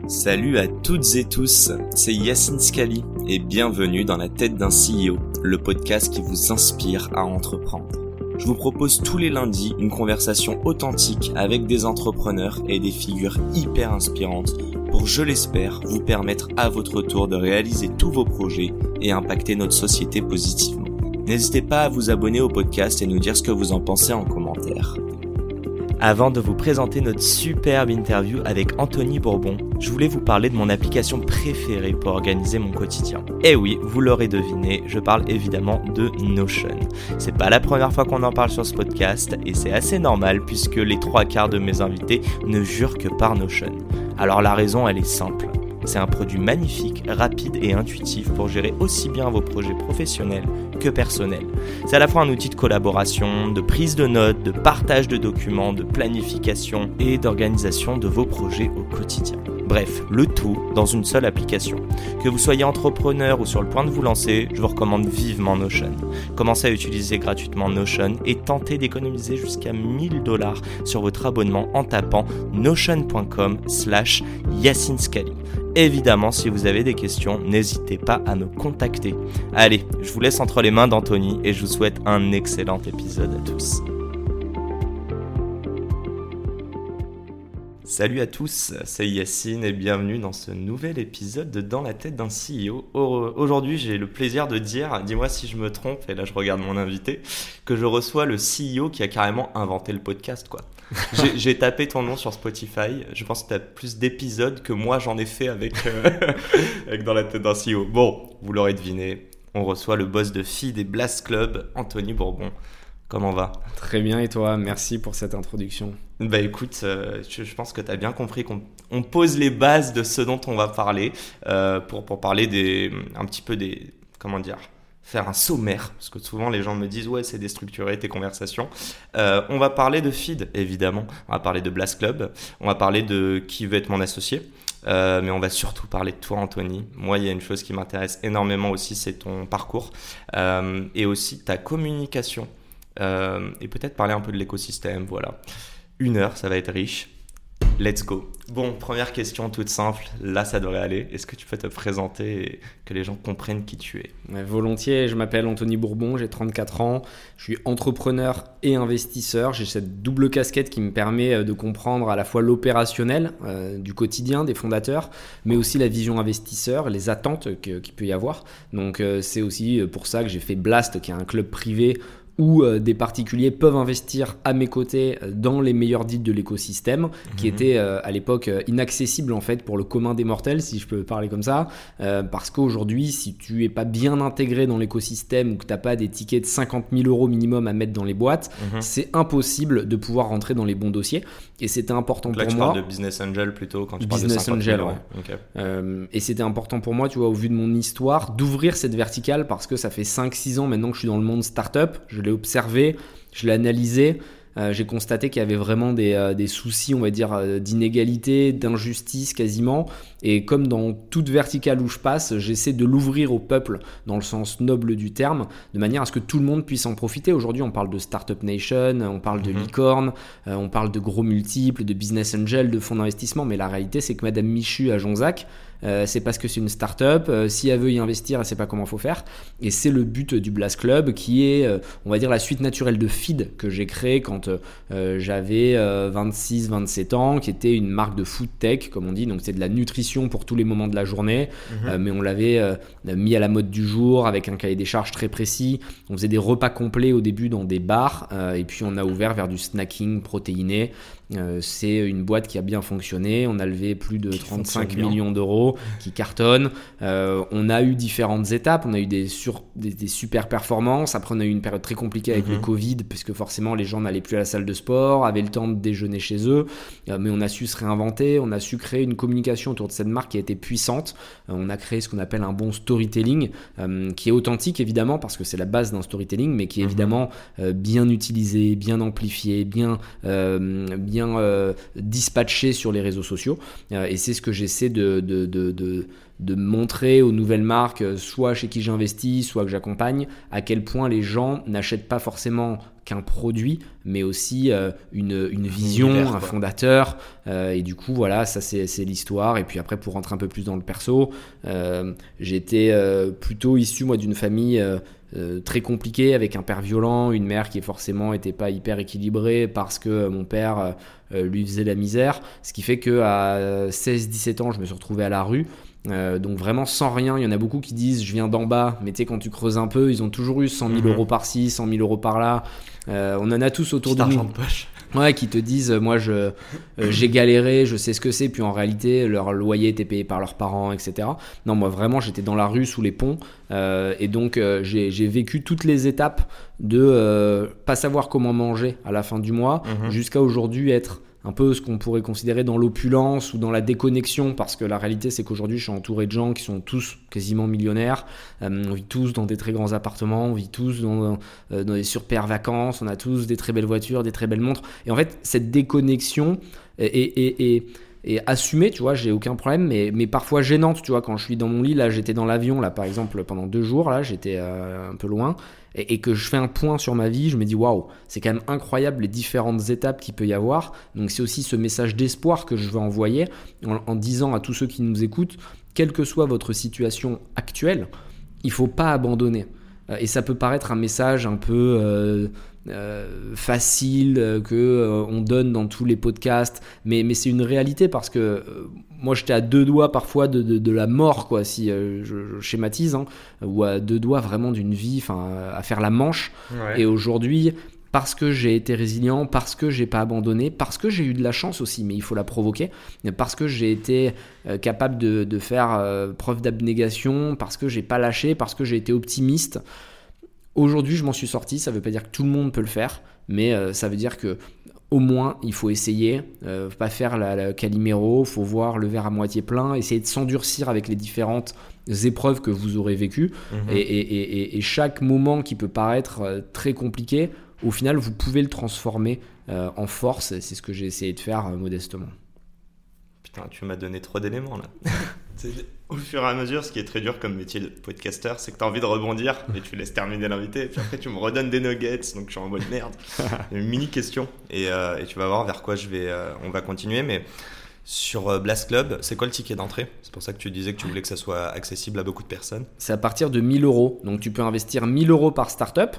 Salut à toutes et tous, c'est Yacine Scali et bienvenue dans la tête d'un CEO, le podcast qui vous inspire à entreprendre. Je vous propose tous les lundis une conversation authentique avec des entrepreneurs et des figures hyper inspirantes pour, je l'espère, vous permettre à votre tour de réaliser tous vos projets et impacter notre société positivement. N'hésitez pas à vous abonner au podcast et nous dire ce que vous en pensez en commentaire. Avant de vous présenter notre superbe interview avec Anthony Bourbon, je voulais vous parler de mon application préférée pour organiser mon quotidien. Et oui, vous l'aurez deviné, je parle évidemment de Notion. C'est pas la première fois qu'on en parle sur ce podcast et c'est assez normal puisque les 3/4 de mes invités ne jurent que par Notion. Alors la raison, elle est simple. C'est un produit magnifique, rapide et intuitif pour gérer aussi bien vos projets professionnels que personnels. C'est à la fois un outil de collaboration, de prise de notes, de partage de documents, de planification et d'organisation de vos projets au quotidien. Bref, le tout dans une seule application. Que vous soyez entrepreneur ou sur le point de vous lancer, je vous recommande vivement Notion. Commencez à utiliser gratuitement Notion et tentez d'économiser jusqu'à $1000 sur votre abonnement en tapant notion.com/Yacine Scali. Évidemment, si vous avez des questions, n'hésitez pas à me contacter. Allez, je vous laisse entre les mains d'Anthony et je vous souhaite un excellent épisode à tous. Salut à tous, c'est Yacine et bienvenue dans ce nouvel épisode de Dans la tête d'un CEO. Aujourd'hui, j'ai le plaisir de dire, dis-moi si je me trompe, et là je regarde mon invité, que je reçois le CEO qui a carrément inventé le podcast, quoi. J'ai tapé ton nom sur Spotify, je pense que tu as plus d'épisodes que moi j'en ai fait avec Dans la tête d'un CEO. Bon, vous l'aurez deviné, on reçoit le boss de filles des Blast Club, Anthony Bourbon. Comment va ? Très bien, et toi ? Merci pour cette introduction. Bah écoute, je pense que tu as bien compris qu'on pose les bases de ce dont on va parler pour parler un petit peu des, comment dire, faire un sommaire, parce que souvent les gens me disent ouais c'est déstructuré tes conversations. On va parler de Feed évidemment, on va parler de Blast Club, on va parler de qui veut être mon associé, mais on va surtout parler de toi Anthony. Moi il y a une chose qui m'intéresse énormément aussi, c'est ton parcours et aussi ta communication et peut-être parler un peu de l'écosystème, voilà. 1 heure, ça va être riche. Let's go. Bon, première question toute simple. Là, ça devrait aller. Est-ce que tu peux te présenter et que les gens comprennent qui tu es ? Volontiers, je m'appelle Anthony Bourbon, j'ai 34 ans. Je suis entrepreneur et investisseur. J'ai cette double casquette qui me permet de comprendre à la fois l'opérationnel du quotidien des fondateurs, mais aussi la vision investisseur, les attentes qu'il peut y avoir. Donc, c'est aussi pour ça que j'ai fait Blast, qui est un club privé où des particuliers peuvent investir à mes côtés dans les meilleurs deals de l'écosystème, qui étaient à l'époque inaccessibles en fait pour le commun des mortels, si je peux parler comme ça, parce qu'aujourd'hui, si tu es pas bien intégré dans l'écosystème ou que tu n'as pas des tickets de 50 000 € minimum à mettre dans les boîtes, c'est impossible de pouvoir rentrer dans les bons dossiers. Et c'était important pour moi. Là, tu parles de business angel plutôt quand tu parles de 50 000 angel, €. Ouais. Okay. Et c'était important pour moi, tu vois, au vu de mon histoire, d'ouvrir cette verticale parce que ça fait 5-6 ans maintenant que je suis dans le monde startup. Je l'ai observé, je l'ai analysé. J'ai constaté qu'il y avait vraiment des soucis, on va dire, d'inégalité, d'injustice quasiment. Et comme dans toute verticale où je passe, j'essaie de l'ouvrir au peuple dans le sens noble du terme, de manière à ce que tout le monde puisse en profiter. Aujourd'hui, on parle de Startup Nation, on parle de licorne, on parle de gros multiples, de business angel, de fonds d'investissement. Mais la réalité, c'est que Madame Michu à Jonzac, c'est parce que c'est une start-up. Si elle veut y investir, elle ne sait pas comment il faut faire. Et c'est le but du Blast Club qui est, on va dire, la suite naturelle de Feed que j'ai créé quand j'avais 26-27 ans, qui était une marque de food tech, comme on dit. Donc, c'est de la nutrition pour tous les moments de la journée. Mais on l'avait mis à la mode du jour avec un cahier des charges très précis. On faisait des repas complets au début dans des bars. Et puis, on a ouvert vers du snacking protéiné. C'est une boîte qui a bien fonctionné. On a levé plus de 35 millions d'euros qui cartonnent. On a eu différentes étapes. On a eu des super performances. Après, on a eu une période très compliquée avec le Covid, puisque forcément, les gens n'allaient plus à la salle de sport, avaient le temps de déjeuner chez eux. Mais on a su se réinventer. On a su créer une communication autour de cette marque qui a été puissante. On a créé ce qu'on appelle un bon storytelling, qui est authentique, évidemment, parce que c'est la base d'un storytelling, mais qui est évidemment bien utilisé, bien amplifié, bien dispatché sur les réseaux sociaux. Et c'est ce que j'essaie de de montrer aux nouvelles marques, soit chez qui j'investis, soit que j'accompagne, à quel point les gens n'achètent pas forcément qu'un produit, mais aussi une vision, univers, un fondateur. Et du coup, voilà, ça c'est l'histoire. Et puis après, pour rentrer un peu plus dans le perso, j'étais plutôt issu, moi, d'une famille très compliquée, avec un père violent, une mère qui forcément n'était pas hyper équilibrée parce que mon père lui faisait la misère. Ce qui fait qu'à 16-17 ans, je me suis retrouvé à la rue. Donc vraiment sans rien. Il y en a beaucoup qui disent je viens d'en bas, mais tu sais, quand tu creuses un peu, ils ont toujours eu 100 000 euros par-ci, 100 000 euros par-là. On en a tous autour de nous. Argent de poche. Ouais, qui te disent moi j'ai galéré, je sais ce que c'est, puis en réalité leur loyer était payé par leurs parents, etc. Non, moi vraiment j'étais dans la rue sous les ponts, et donc j'ai vécu toutes les étapes de pas savoir comment manger à la fin du mois, jusqu'à aujourd'hui être un peu ce qu'on pourrait considérer dans l'opulence ou dans la déconnexion, parce que la réalité c'est qu'aujourd'hui je suis entouré de gens qui sont tous quasiment millionnaires, on vit tous dans des très grands appartements, on vit tous dans des super vacances, on a tous des très belles voitures, des très belles montres, et en fait cette déconnexion est assumée, tu vois, j'ai aucun problème, mais parfois gênante, tu vois, quand je suis dans mon lit, là j'étais dans l'avion, là par exemple pendant 2 jours, là j'étais un peu loin, et que je fais un point sur ma vie, je me dis waouh, c'est quand même incroyable les différentes étapes qu'il peut y avoir. Donc c'est aussi ce message d'espoir que je veux envoyer en disant à tous ceux qui nous écoutent, quelle que soit votre situation actuelle, il ne faut pas abandonner. Et ça peut paraître un message un peu facile qu'on donne dans tous les podcasts, mais c'est une réalité, parce que moi j'étais à 2 doigts parfois de la mort, quoi, si je schématise, hein, ou à 2 doigts vraiment d'une vie, à faire la manche. Ouais. Et aujourd'hui, parce que j'ai été résilient, parce que j'ai pas abandonné, parce que j'ai eu de la chance aussi, mais il faut la provoquer, parce que j'ai été capable de faire preuve d'abnégation, parce que j'ai pas lâché, parce que j'ai été optimiste. Aujourd'hui, je m'en suis sorti. Ça veut pas dire que tout le monde peut le faire, mais ça veut dire que au moins il faut essayer, pas faire la Calimero, faut voir le verre à moitié plein, essayer de s'endurcir avec les différentes épreuves que vous aurez vécues, et chaque moment qui peut paraître très compliqué, au final vous pouvez le transformer en force, et c'est ce que j'ai essayé de faire modestement. Putain, tu m'as donné trop d'éléments là. Au fur et à mesure, ce qui est très dur comme métier de podcaster, c'est que tu as envie de rebondir, mais tu laisses terminer l'invité, et puis après tu me redonnes des nuggets, donc je suis en mode merde. Une mini question, et tu vas voir vers quoi on va continuer, mais sur Blast Club, c'est quoi le ticket d'entrée ? C'est pour ça que tu disais que tu voulais que ça soit accessible à beaucoup de personnes. C'est à partir de 1 000 euros. Donc tu peux investir 1 000 euros par startup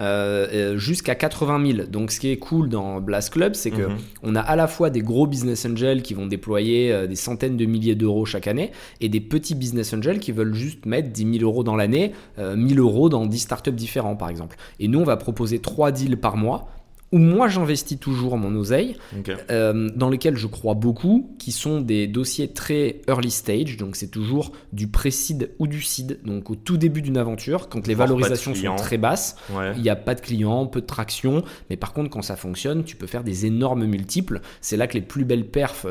jusqu'à 80 000. Donc ce qui est cool dans Blast Club, c'est qu'on a à la fois des gros business angels qui vont déployer des centaines de milliers d'euros chaque année, et des petits business angels qui veulent juste mettre 10 000 euros dans l'année, 1 000 euros dans 10 startups différents par exemple. Et nous, on va proposer 3 deals par mois, où moi j'investis toujours mon oseille, dans lesquels je crois beaucoup, qui sont des dossiers très early stage, donc c'est toujours du pré-seed ou du seed, donc au tout début d'une aventure, quand les valorisations sont très basses, il n'y a pas de clients, peu de traction, mais par contre quand ça fonctionne, tu peux faire des énormes multiples. C'est là que les plus belles perfs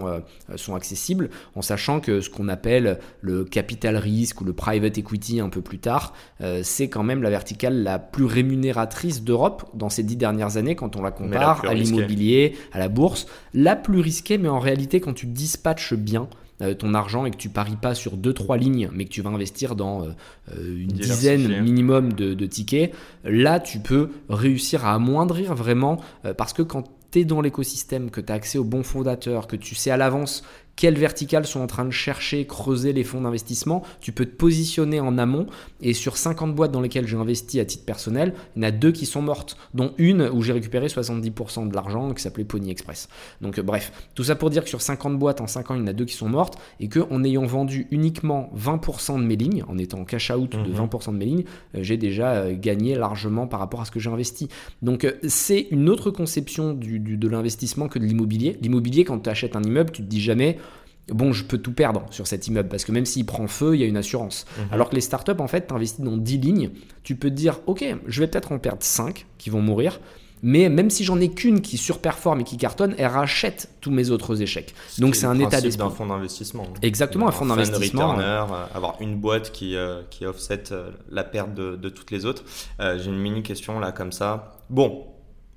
sont accessibles, en sachant que ce qu'on appelle le capital risk ou le private equity un peu plus tard, c'est quand même la verticale la plus rémunératrice d'Europe dans ces 10 dernières années, quand on la compare à l'immobilier, à la bourse, la plus risquée, mais en réalité quand tu dispatches bien ton argent et que tu paries pas sur 2-3 lignes, mais que tu vas investir dans une dizaine minimum de tickets, là tu peux réussir à amoindrir vraiment, parce que quand tu es dans l'écosystème, que tu as accès aux bons fondateurs, que tu sais à l'avance quelles verticales sont en train de chercher, creuser les fonds d'investissement, tu peux te positionner en amont. Et sur 50 boîtes dans lesquelles j'ai investi à titre personnel, il y en a 2 qui sont mortes, dont une où j'ai récupéré 70% de l'argent, qui s'appelait Pony Express. Donc bref, tout ça pour dire que sur 50 boîtes en 5 ans, il y en a 2 qui sont mortes, et qu'en ayant vendu uniquement 20% de mes lignes, en étant en cash out de 20% de mes lignes, j'ai déjà gagné largement par rapport à ce que j'ai investi. Donc c'est une autre conception de l'investissement que de l'immobilier. L'immobilier, quand tu achètes un immeuble, tu te dis jamais bon, je peux tout perdre sur cet immeuble, parce que même s'il prend feu, il y a une assurance. Alors que les startups, en fait, tu investis dans 10 lignes, tu peux te dire, ok, je vais peut-être en perdre 5 qui vont mourir, mais même si j'en ai qu'une qui surperforme et qui cartonne, elle rachète tous mes autres échecs. Donc c'est un état d'esprit. D'un fonds d'investissement. Exactement, un fonds d'investissement. Returner, avoir une boîte qui offset la perte de toutes les autres. J'ai une mini question là comme ça. Bon,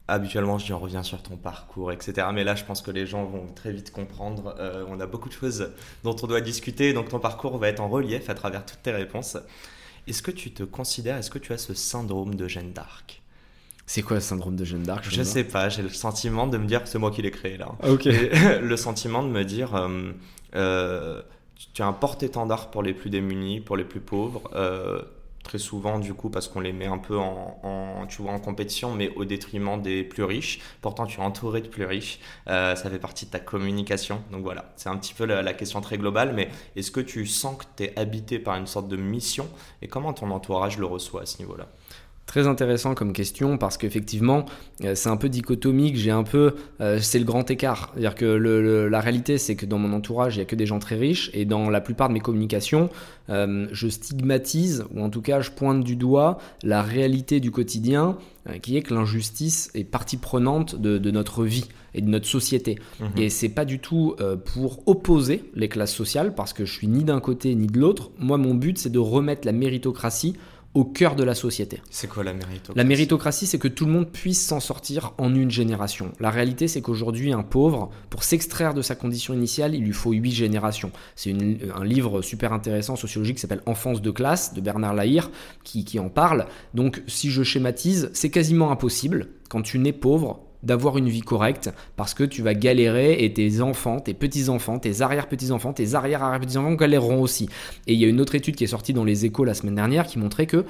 Habituellement, je dis on revient sur ton parcours, etc. Mais là, je pense que les gens vont très vite comprendre. On a beaucoup de choses dont on doit discuter, donc ton parcours va être en relief à travers toutes tes réponses. Est-ce que tu as ce syndrome de Jeanne d'Arc? C'est quoi le syndrome de Jeanne d'Arc? Je sais pas, j'ai le sentiment de me dire que c'est moi qui l'ai créé là. Ok. Le sentiment de me dire, tu as un porte-étendard pour les plus démunis, pour les plus pauvres. Très souvent du coup parce qu'on les met un peu tu vois, en compétition, mais au détriment des plus riches. Pourtant tu es entouré de plus riches, ça fait partie de ta communication, donc voilà, c'est un petit peu la question très globale. Mais est-ce que tu sens que tu es habité par une sorte de mission, et comment ton entourage le reçoit à ce niveau-là? Très intéressant comme question, parce qu'effectivement c'est un peu dichotomique, c'est le grand écart. C'est-à-dire que la réalité, c'est que dans mon entourage il n'y a que des gens très riches, et dans la plupart de mes communications je stigmatise, ou en tout cas je pointe du doigt la réalité du quotidien, qui est que l'injustice est partie prenante de notre vie et de notre société. Et c'est pas du tout pour opposer les classes sociales, parce que je suis ni d'un côté ni de l'autre. Moi, mon but, c'est de remettre la méritocratie au cœur de la société. C'est quoi la méritocratie? La méritocratie, c'est que tout le monde puisse s'en sortir en une génération. La réalité, c'est qu'aujourd'hui, un pauvre, pour s'extraire de sa condition initiale, il lui faut 8 générations. C'est un livre super intéressant sociologique qui s'appelle Enfance de classe, de Bernard Lahire, qui en parle. Donc, si je schématise, c'est quasiment impossible, quand tu nais pauvre, d'avoir une vie correcte, parce que tu vas galérer, et tes enfants, tes petits-enfants, tes arrière-petits-enfants, tes arrière-arrière-petits-enfants galéreront aussi. Et il y a une autre étude qui est sortie dans les Échos la semaine dernière qui montrait que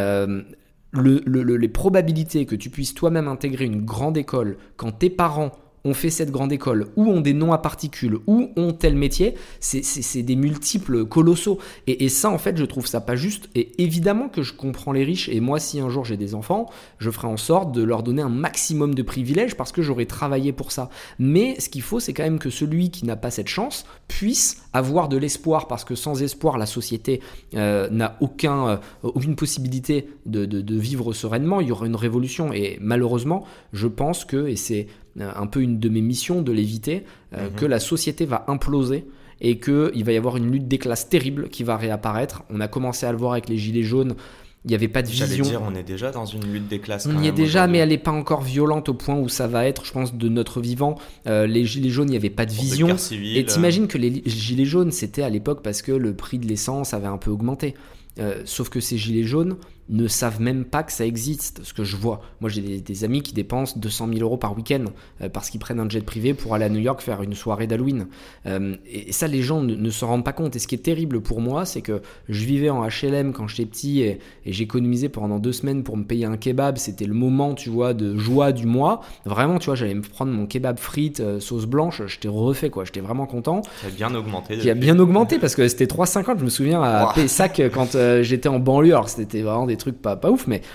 les probabilités que tu puisses toi-même intégrer une grande école quand tes parents ont fait cette grande école, ou ont des noms à particules, ou ont tel métier, c'est des multiples colossaux. Et ça, en fait, je trouve ça pas juste. Et évidemment que je comprends les riches, et moi, si un jour j'ai des enfants, je ferai en sorte de leur donner un maximum de privilèges, parce que j'aurai travaillé pour ça. Mais ce qu'il faut, c'est quand même que celui qui n'a pas cette chance puisse avoir de l'espoir, parce que sans espoir, la société n'a aucune possibilité de vivre sereinement. Il y aura une révolution. Et malheureusement, je pense que, et c'est un peu une de mes missions de l'éviter, que la société va imploser, et qu'il va y avoir une lutte des classes terrible qui va réapparaître. On a commencé à le voir avec les gilets jaunes. Il n'y avait pas de vision. J'allais dire, on est déjà dans une lutte des classes. On y est déjà, mais elle n'est pas encore violente au point où ça va être, je pense, de notre vivant. Les gilets jaunes, il n'y avait pas de vision. Et t'imagines que les gilets jaunes, c'était à l'époque parce que le prix de l'essence avait un peu augmenté. Sauf que ces gilets jaunes ne savent même pas que ça existe, ce que je vois. Moi, j'ai des amis qui dépensent 200 000 euros par week-end parce qu'ils prennent un jet privé pour aller à New York faire une soirée d'Halloween. Et ça, les gens ne se rendent pas compte. Et ce qui est terrible pour moi, c'est que je vivais en HLM quand j'étais petit, et j'économisais pendant 2 semaines pour me payer un kebab. C'était le moment, tu vois, de joie du mois. Vraiment, tu vois, j'allais me prendre mon kebab frites, sauce blanche. J'étais refait, quoi. J'étais vraiment content. Qui a bien augmenté. Qui a bien augmenté, parce que c'était 3,50. Je me souviens à Pessac quand j'étais en banlieue. Alors, c'était vraiment des trucs pas ouf, mais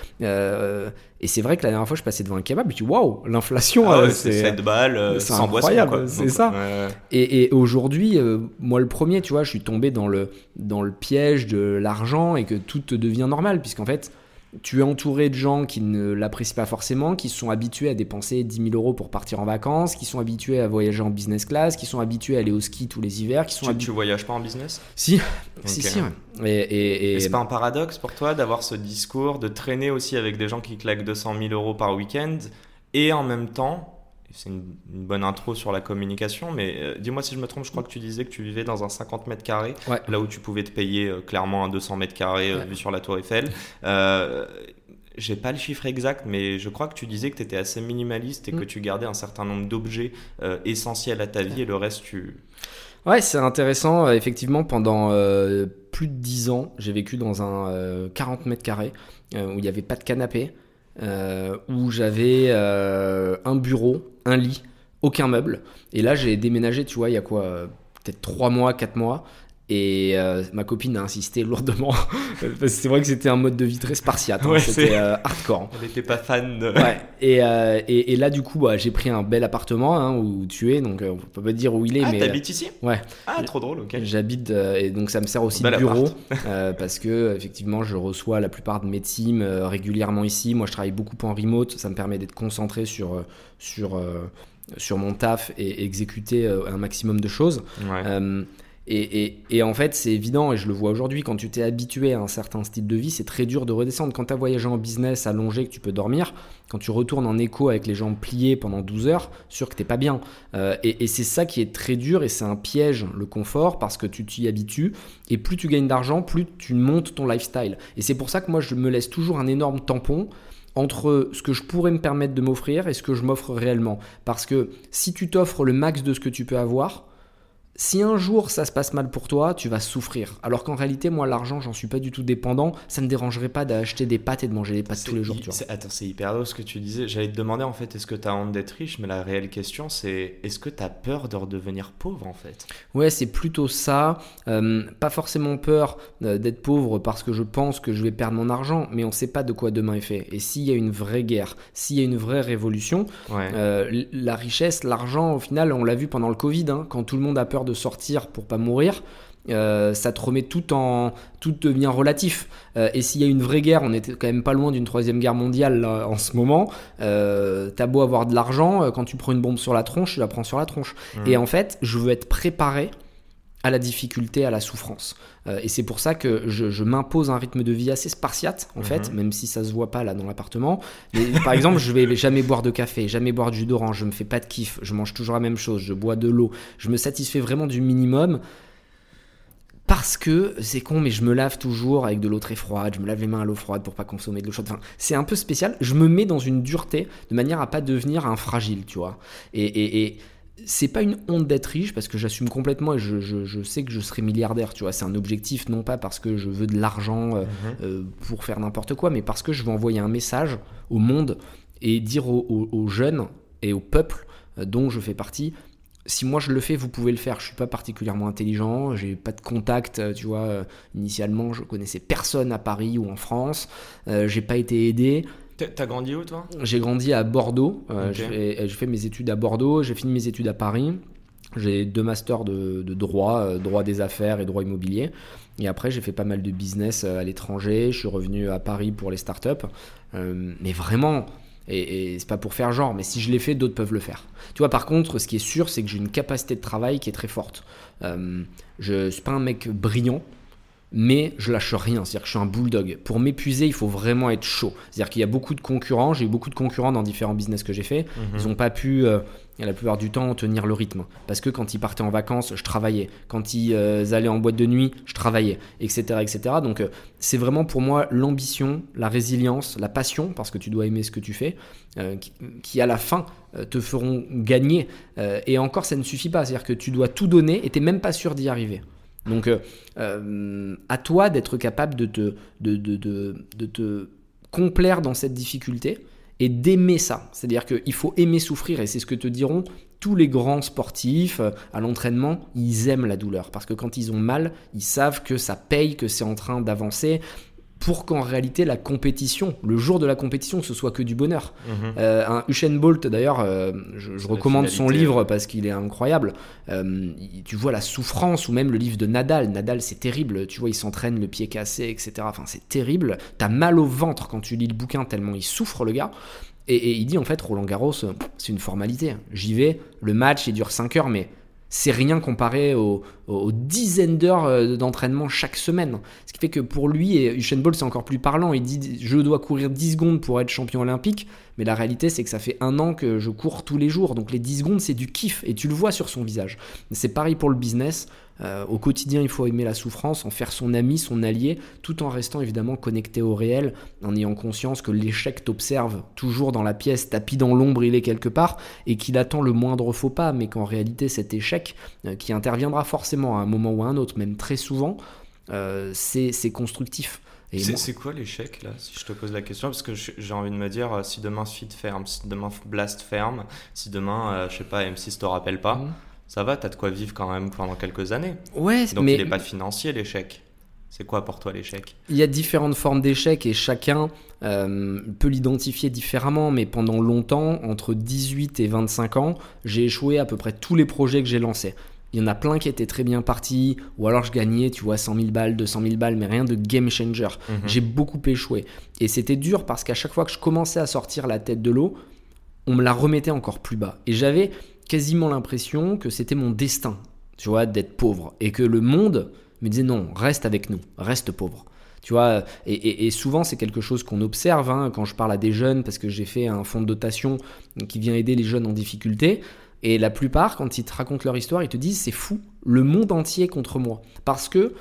et c'est vrai que la dernière fois je passais devant un kebab, je me dis waouh, l'inflation, c'est 7 balles c'est sans incroyable, boisson, quoi. C'est ça. Et aujourd'hui, moi le premier, tu vois, je suis tombé dans le piège de l'argent, et que tout te devient normal, puisqu'en fait tu es entouré de gens qui ne l'apprécient pas forcément, qui sont habitués à dépenser 10 000 euros pour partir en vacances, qui sont habitués à voyager en business class, qui sont habitués à aller au ski tous les hivers. Tu voyages pas en business ? Si, okay. si. Ouais. Et c'est pas un paradoxe pour toi d'avoir ce discours, de traîner aussi avec des gens qui claquent 200 000 euros par week-end, et en même temps, c'est une bonne intro sur la communication, mais dis-moi si je me trompe, je crois que tu disais que tu vivais dans un 50 mètres carrés, ouais. Là où tu pouvais te payer clairement un 200 mètres carrés vu sur la Tour Eiffel. J'ai pas le chiffre exact, mais je crois que tu disais que tu étais assez minimaliste, et que tu gardais un certain nombre d'objets essentiels à ta vie, et le reste Ouais, c'est intéressant. Effectivement, pendant plus de 10 ans, j'ai vécu dans un 40 mètres carrés où il n'y avait pas de canapé, où j'avais un bureau, un lit, aucun meuble. Et là, j'ai déménagé, tu vois, il y a quoi, peut-être 3 mois, 4 mois. Et ma copine a insisté lourdement parce que c'est vrai que c'était un mode de vie très spartiate, ouais, c'était hardcore. Elle n'était pas fan de... Ouais. Et là du coup j'ai pris un bel appartement où tu es, donc on peut pas dire où il est. Ah, mais t'habites ici ? Ouais. Ah, trop drôle, ok. J'habite et donc ça me sert aussi de bureau parce que effectivement je reçois la plupart de mes teams régulièrement ici. Moi je travaille beaucoup en remote, ça me permet d'être concentré sur mon taf et exécuter un maximum de choses. Ouais. Et en fait, c'est évident, et je le vois aujourd'hui, quand tu t'es habitué à un certain style de vie, c'est très dur de redescendre. Quand tu as voyagé en business allongé, que tu peux dormir, quand tu retournes en éco avec les jambes pliées pendant 12 heures, sûr que t'es pas bien. Et c'est ça qui est très dur, et c'est un piège, le confort, parce que tu t'y habitues, et plus tu gagnes d'argent, plus tu montes ton lifestyle. Et c'est pour ça que moi, je me laisse toujours un énorme tampon entre ce que je pourrais me permettre de m'offrir et ce que je m'offre réellement. Parce que si tu t'offres le max de ce que tu peux avoir, si un jour ça se passe mal pour toi, tu vas souffrir. Alors qu'en réalité, moi, l'argent, j'en suis pas du tout dépendant. Ça me dérangerait pas d'acheter des pâtes et de manger des pâtes tous les jours. Tu vois. Attends, c'est hyper drôle ce que tu disais. J'allais te demander en fait, est-ce que tu as honte d'être riche? Mais la réelle question, c'est est-ce que tu as peur de redevenir pauvre en fait? Ouais, c'est plutôt ça. Pas forcément peur d'être pauvre parce que je pense que je vais perdre mon argent, mais on sait pas de quoi demain est fait. Et s'il y a une vraie guerre, s'il y a une vraie révolution, la richesse, l'argent, au final, on l'a vu pendant le Covid, quand tout le monde a peur de sortir pour pas mourir, ça te remet tout devient relatif. Et s'il y a une vraie guerre, on était quand même pas loin d'une 3e guerre mondiale là, en ce moment, t'as beau avoir de l'argent, quand tu prends une bombe sur la tronche, tu la prends sur la tronche. Et en fait, je veux être préparé à la difficulté, à la souffrance. Et c'est pour ça que je m'impose un rythme de vie assez spartiate, en fait, même si ça se voit pas là dans l'appartement. Mais, par exemple, je vais jamais boire de café, jamais boire de jus d'orange, je me fais pas de kiff, je mange toujours la même chose, je bois de l'eau, je me satisfais vraiment du minimum. Parce que, c'est con, mais je me lave toujours avec de l'eau très froide, je me lave les mains à l'eau froide pour pas consommer de l'eau chaude. Enfin, c'est un peu spécial, je me mets dans une dureté de manière à pas devenir un fragile, tu vois. Et c'est pas une honte d'être riche parce que j'assume complètement et je sais que je serai milliardaire, tu vois. C'est un objectif, non pas parce que je veux de l'argent pour faire n'importe quoi, mais parce que je veux envoyer un message au monde et dire aux jeunes et au peuple dont je fais partie: si moi je le fais, vous pouvez le faire. Je suis pas particulièrement intelligent, j'ai pas de contact, tu vois. Initialement, je connaissais personne à Paris ou en France, j'ai pas été aidé. T'as grandi où toi? J'ai grandi à Bordeaux, j'ai fait mes études à Bordeaux, j'ai fini mes études à Paris. J'ai 2 masters de droit, droit des affaires et droit immobilier. Et après, j'ai fait pas mal de business à l'étranger. Je suis revenu à Paris pour les startups. Mais vraiment, et c'est pas pour faire genre, mais si je l'ai fait, d'autres peuvent le faire. Tu vois, par contre, ce qui est sûr, c'est que j'ai une capacité de travail qui est très forte. Je suis pas un mec brillant, mais je lâche rien, c'est-à-dire que je suis un bulldog. Pour m'épuiser, il faut vraiment être chaud. C'est-à-dire qu'il y a beaucoup de concurrents, j'ai eu beaucoup de concurrents dans différents business que j'ai fait, ils n'ont pas pu, la plupart du temps, tenir le rythme. Parce que quand ils partaient en vacances, je travaillais. Quand ils allaient en boîte de nuit, je travaillais, etc. etc. Donc c'est vraiment pour moi l'ambition, la résilience, la passion, parce que tu dois aimer ce que tu fais, qui à la fin te feront gagner. Et encore, ça ne suffit pas, c'est-à-dire que tu dois tout donner et tu n'es même pas sûr d'y arriver. Donc, à toi d'être capable de te complaire dans cette difficulté et d'aimer ça. C'est-à-dire qu'il faut aimer souffrir, et c'est ce que te diront tous les grands sportifs à l'entraînement. Ils aiment la douleur parce que quand ils ont mal, ils savent que ça paye, que c'est en train d'avancer, pour qu'en réalité la compétition, le jour de la compétition, ce soit que du bonheur. Un Usain Bolt d'ailleurs, je recommande son livre parce qu'il est incroyable. Tu vois la souffrance, ou même le livre de Nadal. Nadal, c'est terrible, tu vois, il s'entraîne le pied cassé, etc. Enfin, c'est terrible. T'as mal au ventre quand tu lis le bouquin tellement il souffre, le gars. Et il dit en fait, Roland Garros, c'est une formalité. J'y vais, le match il dure 5 heures, mais c'est rien comparé aux dizaines d'heures d'entraînement chaque semaine. Ce qui fait que pour lui, et Usain Bolt c'est encore plus parlant, il dit: je dois courir 10 secondes pour être champion olympique, mais la réalité c'est que ça fait 1 an que je cours tous les jours, donc les 10 secondes c'est du kiff, et tu le vois sur son visage. C'est pareil pour le business. Au quotidien, il faut aimer la souffrance, en faire son ami, son allié, tout en restant évidemment connecté au réel, en ayant conscience que l'échec t'observe toujours dans la pièce, tapis dans l'ombre, il est quelque part, et qu'il attend le moindre faux pas, mais qu'en réalité cet échec, qui interviendra forcément à un moment ou à un autre, même très souvent, c'est constructif. C'est quoi l'échec là, si je te pose la question? Parce que j'ai envie de me dire, si demain Sfit ferme, si demain Blast ferme, si demain, je sais pas, M6 te rappelle pas, ça va, t'as de quoi vivre quand même pendant quelques années. Ouais, donc mais il n'est pas financier l'échec. C'est quoi pour toi l'échec? Il y a différentes formes d'échec et chacun peut l'identifier différemment, mais pendant longtemps, entre 18 et 25 ans, j'ai échoué à peu près tous les projets que j'ai lancés. Il y en a plein qui étaient très bien partis, ou alors je gagnais, tu vois, 100 000 balles, 200 000 balles, mais rien de game changer. J'ai beaucoup échoué. Et c'était dur parce qu'à chaque fois que je commençais à sortir la tête de l'eau, on me la remettait encore plus bas. Et j'avais quasiment l'impression que c'était mon destin. tu vois, d'être pauvre. Et que le monde me disait non, reste avec nous, reste pauvre. Tu vois, et souvent c'est quelque chose qu'on observe quand je parle à des jeunes, parce que j'ai fait un fonds de dotation qui vient aider les jeunes en difficulté. Et la plupart, quand ils te racontent leur histoire, ils te disent c'est fou, le monde entier est contre moi. Parce que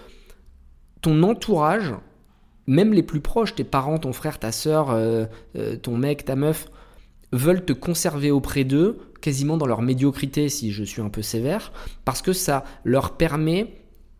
ton entourage, même les plus proches, tes parents, ton frère, ta sœur, ton mec, ta meuf, veulent te conserver auprès d'eux, quasiment dans leur médiocrité, si je suis un peu sévère, parce que ça leur permet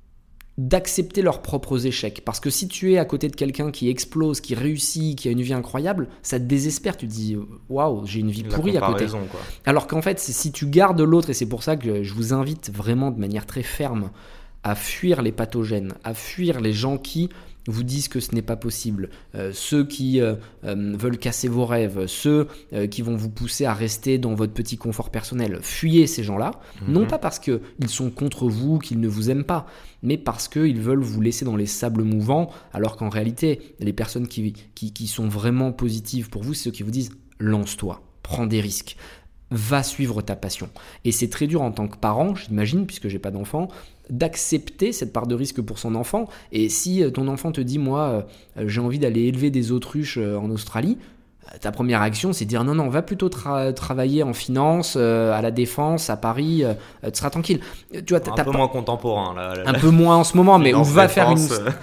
d'accepter leurs propres échecs. Parce que si tu es à côté de quelqu'un qui explose, qui réussit, qui a une vie incroyable, ça te désespère. Tu te dis waouh, j'ai une vie pourrie à côté. Quoi. Alors qu'en fait, si tu gardes l'autre, et c'est pour ça que je vous invite vraiment de manière très ferme à fuir les pathogènes, à fuir les gens qui vous disent que ce n'est pas possible, ceux qui veulent casser vos rêves, ceux qui vont vous pousser à rester dans votre petit confort personnel. Fuyez ces gens-là, non pas parce qu'ils sont contre vous, qu'ils ne vous aiment pas, mais parce qu'ils veulent vous laisser dans les sables mouvants, alors qu'en réalité, les personnes qui sont vraiment positives pour vous, c'est ceux qui vous disent « lance-toi, prends des risques ». Va suivre ta passion. Et c'est très dur en tant que parent, j'imagine, puisque j'ai pas d'enfant, d'accepter cette part de risque pour son enfant. Et si ton enfant te dit, moi, j'ai envie d'aller élever des autruches en Australie, ta première réaction, c'est de dire non, va plutôt travailler en finance, à la Défense, à Paris, tu seras tranquille. Tu vois, un peu moins contemporain. Là. Un peu moins en ce moment, mais ou va faire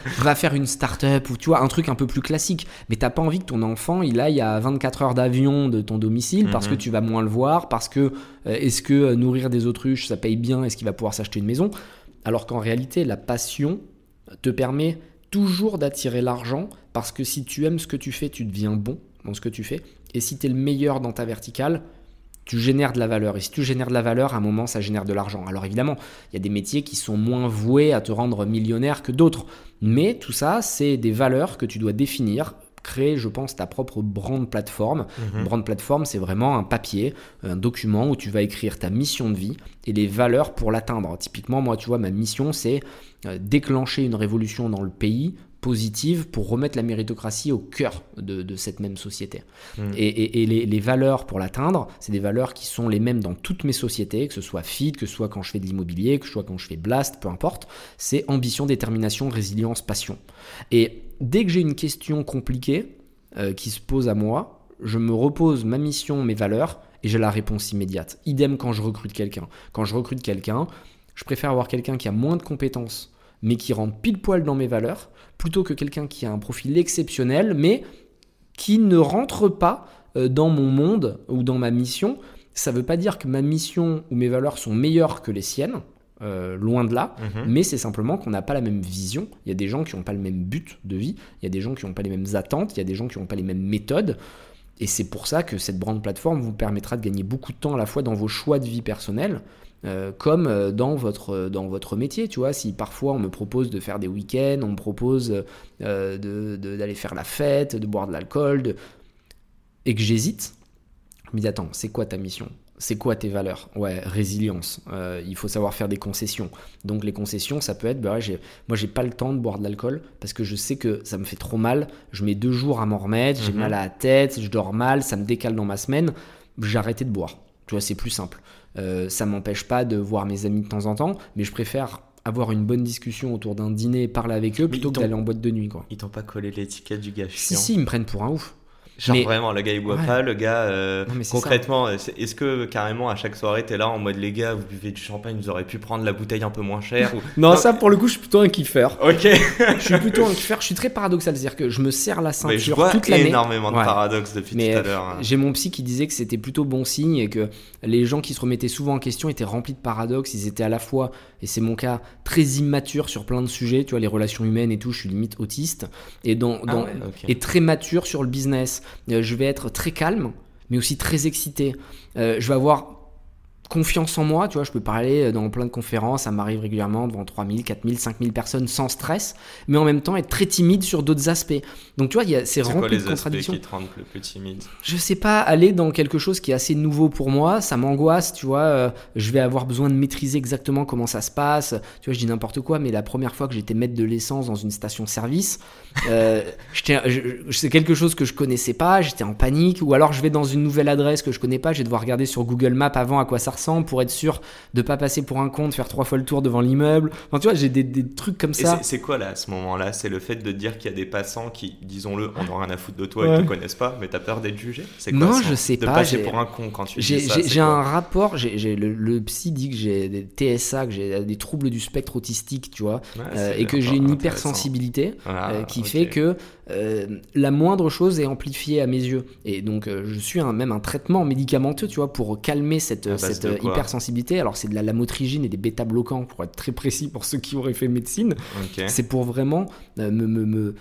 une start-up, ou tu vois, un truc un peu plus classique. Mais t'as pas envie que ton enfant, il aille à 24 heures d'avion de ton domicile, parce que tu vas moins le voir, parce que est-ce que nourrir des autruches, ça paye bien, est-ce qu'il va pouvoir s'acheter une maison ? Alors qu'en réalité, la passion te permet toujours d'attirer l'argent, parce que si tu aimes ce que tu fais, tu deviens bon dans ce que tu fais. Et si tu es le meilleur dans ta verticale, tu génères de la valeur. Et si tu génères de la valeur, à un moment, ça génère de l'argent. Alors évidemment, il y a des métiers qui sont moins voués à te rendre millionnaire que d'autres. Mais tout ça, c'est des valeurs que tu dois définir, créer, je pense, ta propre brand plateforme. Une brand plateforme, c'est vraiment un papier, un document où tu vas écrire ta mission de vie et les valeurs pour l'atteindre. Typiquement, moi, tu vois, ma mission, c'est déclencher une révolution dans le pays positive pour remettre la méritocratie au cœur de cette même société. Et les valeurs pour l'atteindre, c'est des valeurs qui sont les mêmes dans toutes mes sociétés, que ce soit Feed, que ce soit quand je fais de l'immobilier, que ce soit quand je fais Blast, peu importe. C'est ambition, détermination, résilience, passion. Et dès que j'ai une question compliquée qui se pose à moi, je me repose ma mission, mes valeurs, et j'ai la réponse immédiate. Idem quand je recrute quelqu'un. Quand je recrute quelqu'un, je préfère avoir quelqu'un qui a moins de compétences, mais qui rentre pile poil dans mes valeurs, plutôt que quelqu'un qui a un profil exceptionnel, mais qui ne rentre pas dans mon monde ou dans ma mission. Ça ne veut pas dire que ma mission ou mes valeurs sont meilleures que les siennes, loin de là, mais c'est simplement qu'on n'a pas la même vision. Il y a des gens qui n'ont pas le même but de vie, il y a des gens qui n'ont pas les mêmes attentes, il y a des gens qui n'ont pas les mêmes méthodes. Et c'est pour ça que cette brand plateforme vous permettra de gagner beaucoup de temps à la fois dans vos choix de vie personnelle, comme dans votre métier, tu vois. Si parfois on me propose de faire des week-ends, on me propose d'aller faire la fête, de boire de l'alcool, et que j'hésite, je me dis attends, c'est quoi ta mission ? C'est quoi tes valeurs ? Ouais, résilience. Il faut savoir faire des concessions. Donc les concessions, ça peut être, moi j'ai pas le temps de boire de l'alcool parce que je sais que ça me fait trop mal. Je mets 2 jours à m'en remettre, j'ai mal à la tête, je dors mal, ça me décale dans ma semaine. J'ai arrêté de boire. Tu vois, c'est plus simple. Ça m'empêche pas de voir mes amis de temps en temps, mais je préfère avoir une bonne discussion autour d'un dîner et parler avec eux plutôt que d'aller en boîte de nuit, quoi. Ils t'ont pas collé l'étiquette du gars chiant. Si, ils me prennent pour un ouf. Genre vraiment, le gars il boit pas, le gars concrètement, est-ce que carrément à chaque soirée t'es là en mode les gars vous buvez du champagne, vous auriez pu prendre la bouteille un peu moins chère ou... non, ça pour le coup je suis plutôt un kiffeur. Ok. Je suis plutôt un kiffeur, je suis très paradoxal, c'est-à-dire que je me serre la ceinture toute l'année. Je vois énormément de paradoxes depuis tout à l'heure. J'ai mon psy qui disait que c'était plutôt bon signe et que les gens qui se remettaient souvent en question étaient remplis de paradoxes, ils étaient à la fois, et c'est mon cas, très immatures sur plein de sujets, tu vois, les relations humaines et tout, je suis limite autiste, et et très mature sur le business. Je vais être très calme, mais aussi très excité. Je vais avoir confiance en moi, tu vois, je peux parler dans plein de conférences, ça m'arrive régulièrement devant 3000, 4000, 5000 personnes sans stress, mais en même temps être très timide sur d'autres aspects. Donc tu vois, c'est rempli de contradictions. C'est quoi les aspects qui te rendent le plus timide ? Je sais pas, aller dans quelque chose qui est assez nouveau pour moi, ça m'angoisse, tu vois, je vais avoir besoin de maîtriser exactement comment ça se passe, tu vois, je dis n'importe quoi, mais la première fois que j'étais mettre de l'essence dans une station-service, c'est quelque chose que je connaissais pas, j'étais en panique, ou alors je vais dans une nouvelle adresse que je connais pas, je vais devoir regarder sur Google Maps avant à quoi ça ressemble. 100 pour être sûr de pas passer pour un con, de faire 3 fois le tour devant l'immeuble. Enfin, tu vois, j'ai des trucs comme ça. Et c'est quoi là à ce moment-là? C'est le fait de dire qu'il y a des passants qui, disons-le, on n'a rien à foutre de toi et te connaissent pas, mais t'as peur d'être jugé? C'est quoi, non, ça, je sais de pas. De passer pour un con quand tu dis ça? J'ai un rapport, le psy dit que j'ai des TSA, que j'ai des troubles du spectre autistique, tu vois, et que j'ai une hypersensibilité qui fait que la moindre chose est amplifiée à mes yeux. Et donc, je suis même un traitement médicamenteux, tu vois, pour calmer cette hypersensibilité. Alors, c'est de la lamotrigine et des bêta-bloquants, pour être très précis pour ceux qui auraient fait médecine. C'est pour vraiment me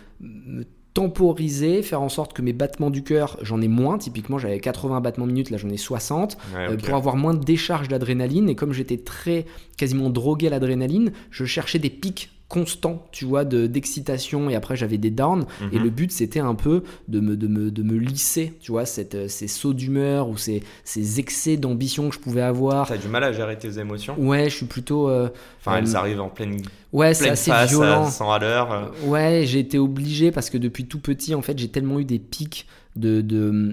temporiser, faire en sorte que mes battements du cœur, j'en ai moins. Typiquement, j'avais 80 battements minutes, là j'en ai 60, pour avoir moins de décharge d'adrénaline. Et comme j'étais quasiment drogué à l'adrénaline, je cherchais des pics constants, tu vois, d'excitation, et après j'avais des downs, et le but c'était un peu de me lisser, tu vois, ces sauts d'humeur ou ces excès d'ambition que je pouvais avoir. T'as du mal à gérer tes émotions? Ouais, je suis plutôt... elles arrivent en pleine c'est assez face, violent. À 100 à l'heure. Ouais, j'ai été obligé parce que depuis tout petit, en fait, j'ai tellement eu des pics de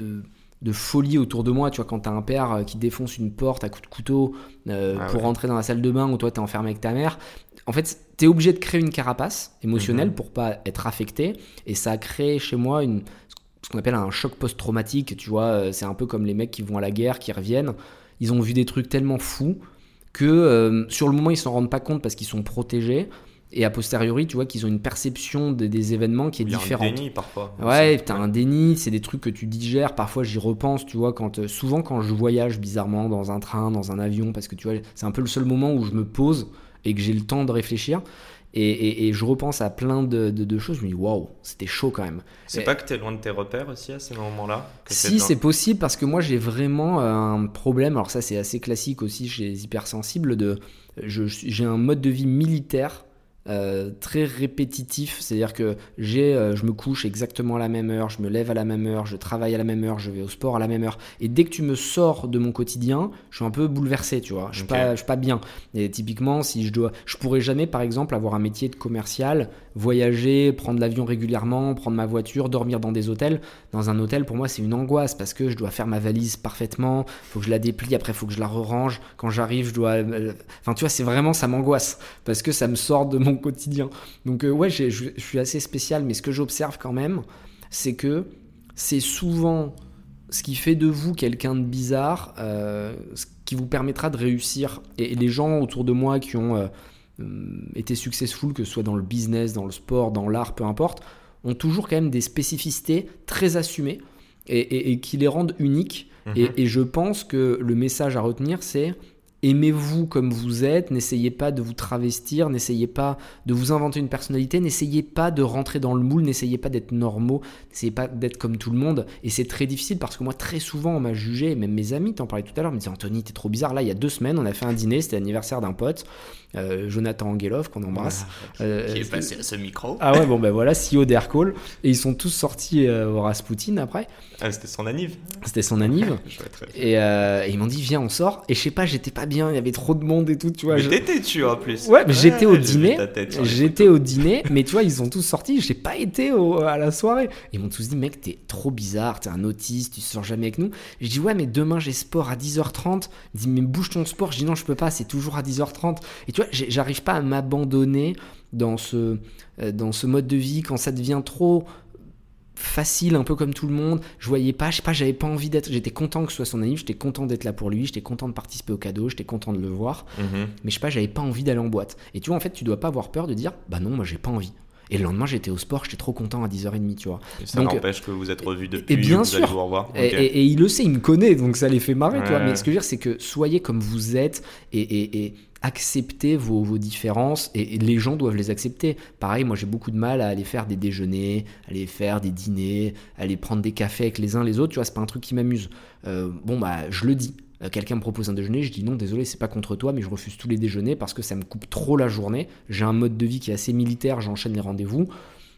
folie autour de moi. Tu vois, quand t'as un père qui défonce une porte à coups de couteau pour rentrer dans la salle de bain, ou toi t'es enfermé avec ta mère, en fait, t'es obligé de créer une carapace émotionnelle pour pas être affecté, et ça a créé chez moi ce qu'on appelle un choc post-traumatique. Tu vois, c'est un peu comme les mecs qui vont à la guerre, qui reviennent, ils ont vu des trucs tellement fous que sur le moment ils s'en rendent pas compte parce qu'ils sont protégés, et a posteriori tu vois qu'ils ont une perception des événements qui est différente. Il y a un déni parfois. Ouais, t'as un déni, c'est des trucs que tu digères. Parfois j'y repense, tu vois, souvent quand je voyage bizarrement dans un train, dans un avion, parce que tu vois c'est un peu le seul moment où je me pose et que j'ai le temps de réfléchir, et je repense à plein de choses. Je me dis waouh, c'était chaud quand même. C'est pas que t'es loin de tes repères aussi à ces moments-là? Si, c'est possible, parce que moi j'ai vraiment un problème. Alors ça c'est assez classique aussi chez les hypersensibles, j'ai un mode de vie militaire très répétitif, c'est-à-dire que je me couche exactement à la même heure, je me lève à la même heure, je travaille à la même heure, je vais au sport à la même heure, et dès que tu me sors de mon quotidien, je suis un peu bouleversé, tu vois, je suis pas bien. Et typiquement, je pourrais jamais par exemple avoir un métier de commercial, voyager, prendre l'avion régulièrement, prendre ma voiture, dormir dans des hôtels. Dans un hôtel, pour moi c'est une angoisse, parce que je dois faire ma valise parfaitement, faut que je la déplie, après faut que je la re-range, quand j'arrive je dois... Enfin tu vois, c'est vraiment, ça m'angoisse, parce que ça me sort de mon quotidien. Donc ouais, je suis assez spécial, mais ce que j'observe quand même, c'est que c'est souvent ce qui fait de vous quelqu'un de bizarre, ce qui vous permettra de réussir. Et les gens autour de moi qui ont été successful, que ce soit dans le business, dans le sport, dans l'art, peu importe, ont toujours quand même des spécificités très assumées et qui les rendent uniques. Et je pense que le message à retenir, c'est: aimez-vous comme vous êtes, n'essayez pas de vous travestir, n'essayez pas de vous inventer une personnalité, n'essayez pas de rentrer dans le moule, n'essayez pas d'être normaux, n'essayez pas d'être comme tout le monde. Et c'est très difficile, parce que moi très souvent on m'a jugé, même mes amis, t'en parlais tout à l'heure, me disaient: Anthony, t'es trop bizarre. Là il y a 2 semaines on a fait un dîner, c'était l'anniversaire d'un pote, Jonathan Angelov, qu'on embrasse, qui est passé à ce micro. Ah ouais, bon ben voilà, CEO d'Aircall, et ils sont tous sortis au Rasputin après. C'était son anniv. C'était son anniv. Et ils m'ont dit: viens, on sort. Et je sais pas, j'étais pas bien, il y avait trop de monde et tout, tu vois. Mais t'étais tu en plus. Ouais, mais j'étais au dîner. Mais tu vois, ils sont tous sortis, j'ai pas été à la soirée. Ils m'ont tous dit: mec, t'es trop bizarre, t'es un autiste, tu sors jamais avec nous. Je dis: ouais, mais demain j'ai sport à 10h30. Ils disent: mais bouge ton sport. Je dis: non, je peux pas, c'est toujours à 10h30. Et tu vois, j'arrive pas à m'abandonner dans ce mode de vie quand ça devient trop facile, un peu comme tout le monde. Je voyais pas, je sais pas, j'avais pas envie d'être. J'étais content que ce soit son anniv, j'étais content d'être là pour lui, j'étais content de participer au cadeau, j'étais content de le voir. Mais je sais pas, j'avais pas envie d'aller en boîte. Et tu vois, en fait, tu dois pas avoir peur de dire: bah non, moi j'ai pas envie. Et le lendemain, j'étais au sport, j'étais trop content à 10h30, tu vois. Et ça n'empêche que vous êtes revus depuis, et bien vous sûr. allez vous revoir. Et il le sait, il me connaît, donc ça les fait marrer, tu vois. Mais ce que je veux dire, c'est que soyez comme vous êtes, et acceptez vos différences, et les gens doivent les accepter. Pareil, moi j'ai beaucoup de mal à aller faire des déjeuners, aller faire des dîners, aller prendre des cafés avec les uns les autres, tu vois, c'est pas un truc qui m'amuse. Bon bah je le dis. Quelqu'un me propose un déjeuner, je dis: non, désolé, c'est pas contre toi, mais je refuse tous les déjeuners parce que ça me coupe trop la journée. J'ai un mode de vie qui est assez militaire, j'enchaîne les rendez-vous.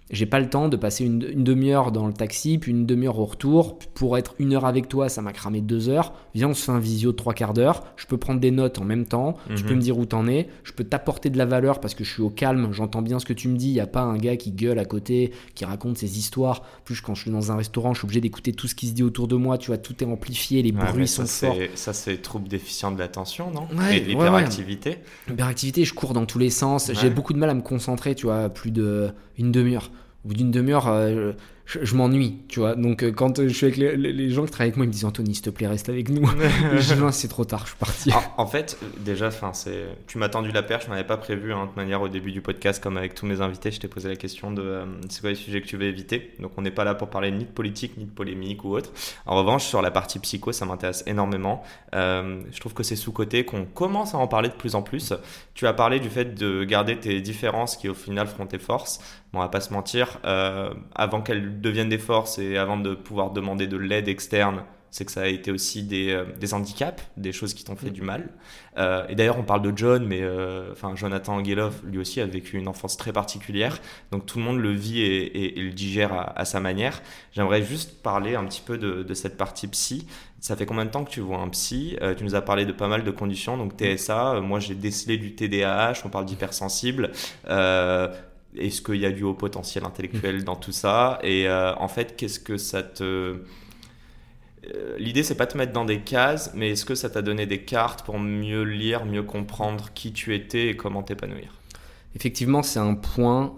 J'ai pas le temps de passer une demi-heure dans le taxi, puis une demi-heure au retour. Pour être 1 heure avec toi, ça m'a cramé 2 heures. Viens, on se fait un visio de 3/4 d'heure. Je peux prendre des notes en même temps. Tu peux me dire où t'en es. Je peux t'apporter de la valeur parce que je suis au calme. J'entends bien ce que tu me dis. Il n'y a pas un gars qui gueule à côté, qui raconte ses histoires. Plus quand je suis dans un restaurant, je suis obligé d'écouter tout ce qui se dit autour de moi. Tu vois, tout est amplifié, les bruits sont forts. Ça, c'est trouble déficient de l'attention, non? Ouais, et l'hyperactivité. L'hyperactivité, je cours dans tous les sens. J'ai beaucoup de mal à me concentrer, tu vois, plus d'une demi-heure. Au bout d'une demi-heure, je m'ennuie, tu vois. Donc, quand je suis avec les gens qui travaillent avec moi, ils me disent Anthony, s'il te plaît, reste avec nous. Je dis non, c'est trop tard, je suis parti. En fait, déjà, tu m'as tendu la perche, je m'en avais pas prévu. De toute manière, au début du podcast, comme avec tous mes invités, je t'ai posé la question de c'est quoi les sujets que tu veux éviter. Donc, on n'est pas là pour parler ni de politique, ni de polémique ou autre. En revanche, sur la partie psycho, ça m'intéresse énormément. Je trouve que c'est sous-coté, qu'on commence à en parler de plus en plus. Tu as parlé du fait de garder tes différences qui, au final, feront tes forces. Bon, on va pas se mentir, avant qu'elles deviennent des forces et avant de pouvoir demander de l'aide externe, c'est que ça a été aussi des handicaps, des choses qui t'ont fait du mal. Et d'ailleurs, on parle de John, mais Jonathan Angelov, lui aussi, a vécu une enfance très particulière. Donc tout le monde le vit et le digère à sa manière. J'aimerais juste parler un petit peu de cette partie psy. Ça fait combien de temps que tu vois un psy? Tu nous as parlé de pas mal de conditions, donc TSA. Moi, j'ai décelé du TDAH, on parle d'hypersensible. Est-ce qu'il y a du haut potentiel intellectuel dans tout ça? Et en fait, qu'est-ce que ça te... L'idée, c'est pas de te mettre dans des cases, mais est-ce que ça t'a donné des cartes pour mieux lire, mieux comprendre qui tu étais et comment t'épanouir? Effectivement, c'est un point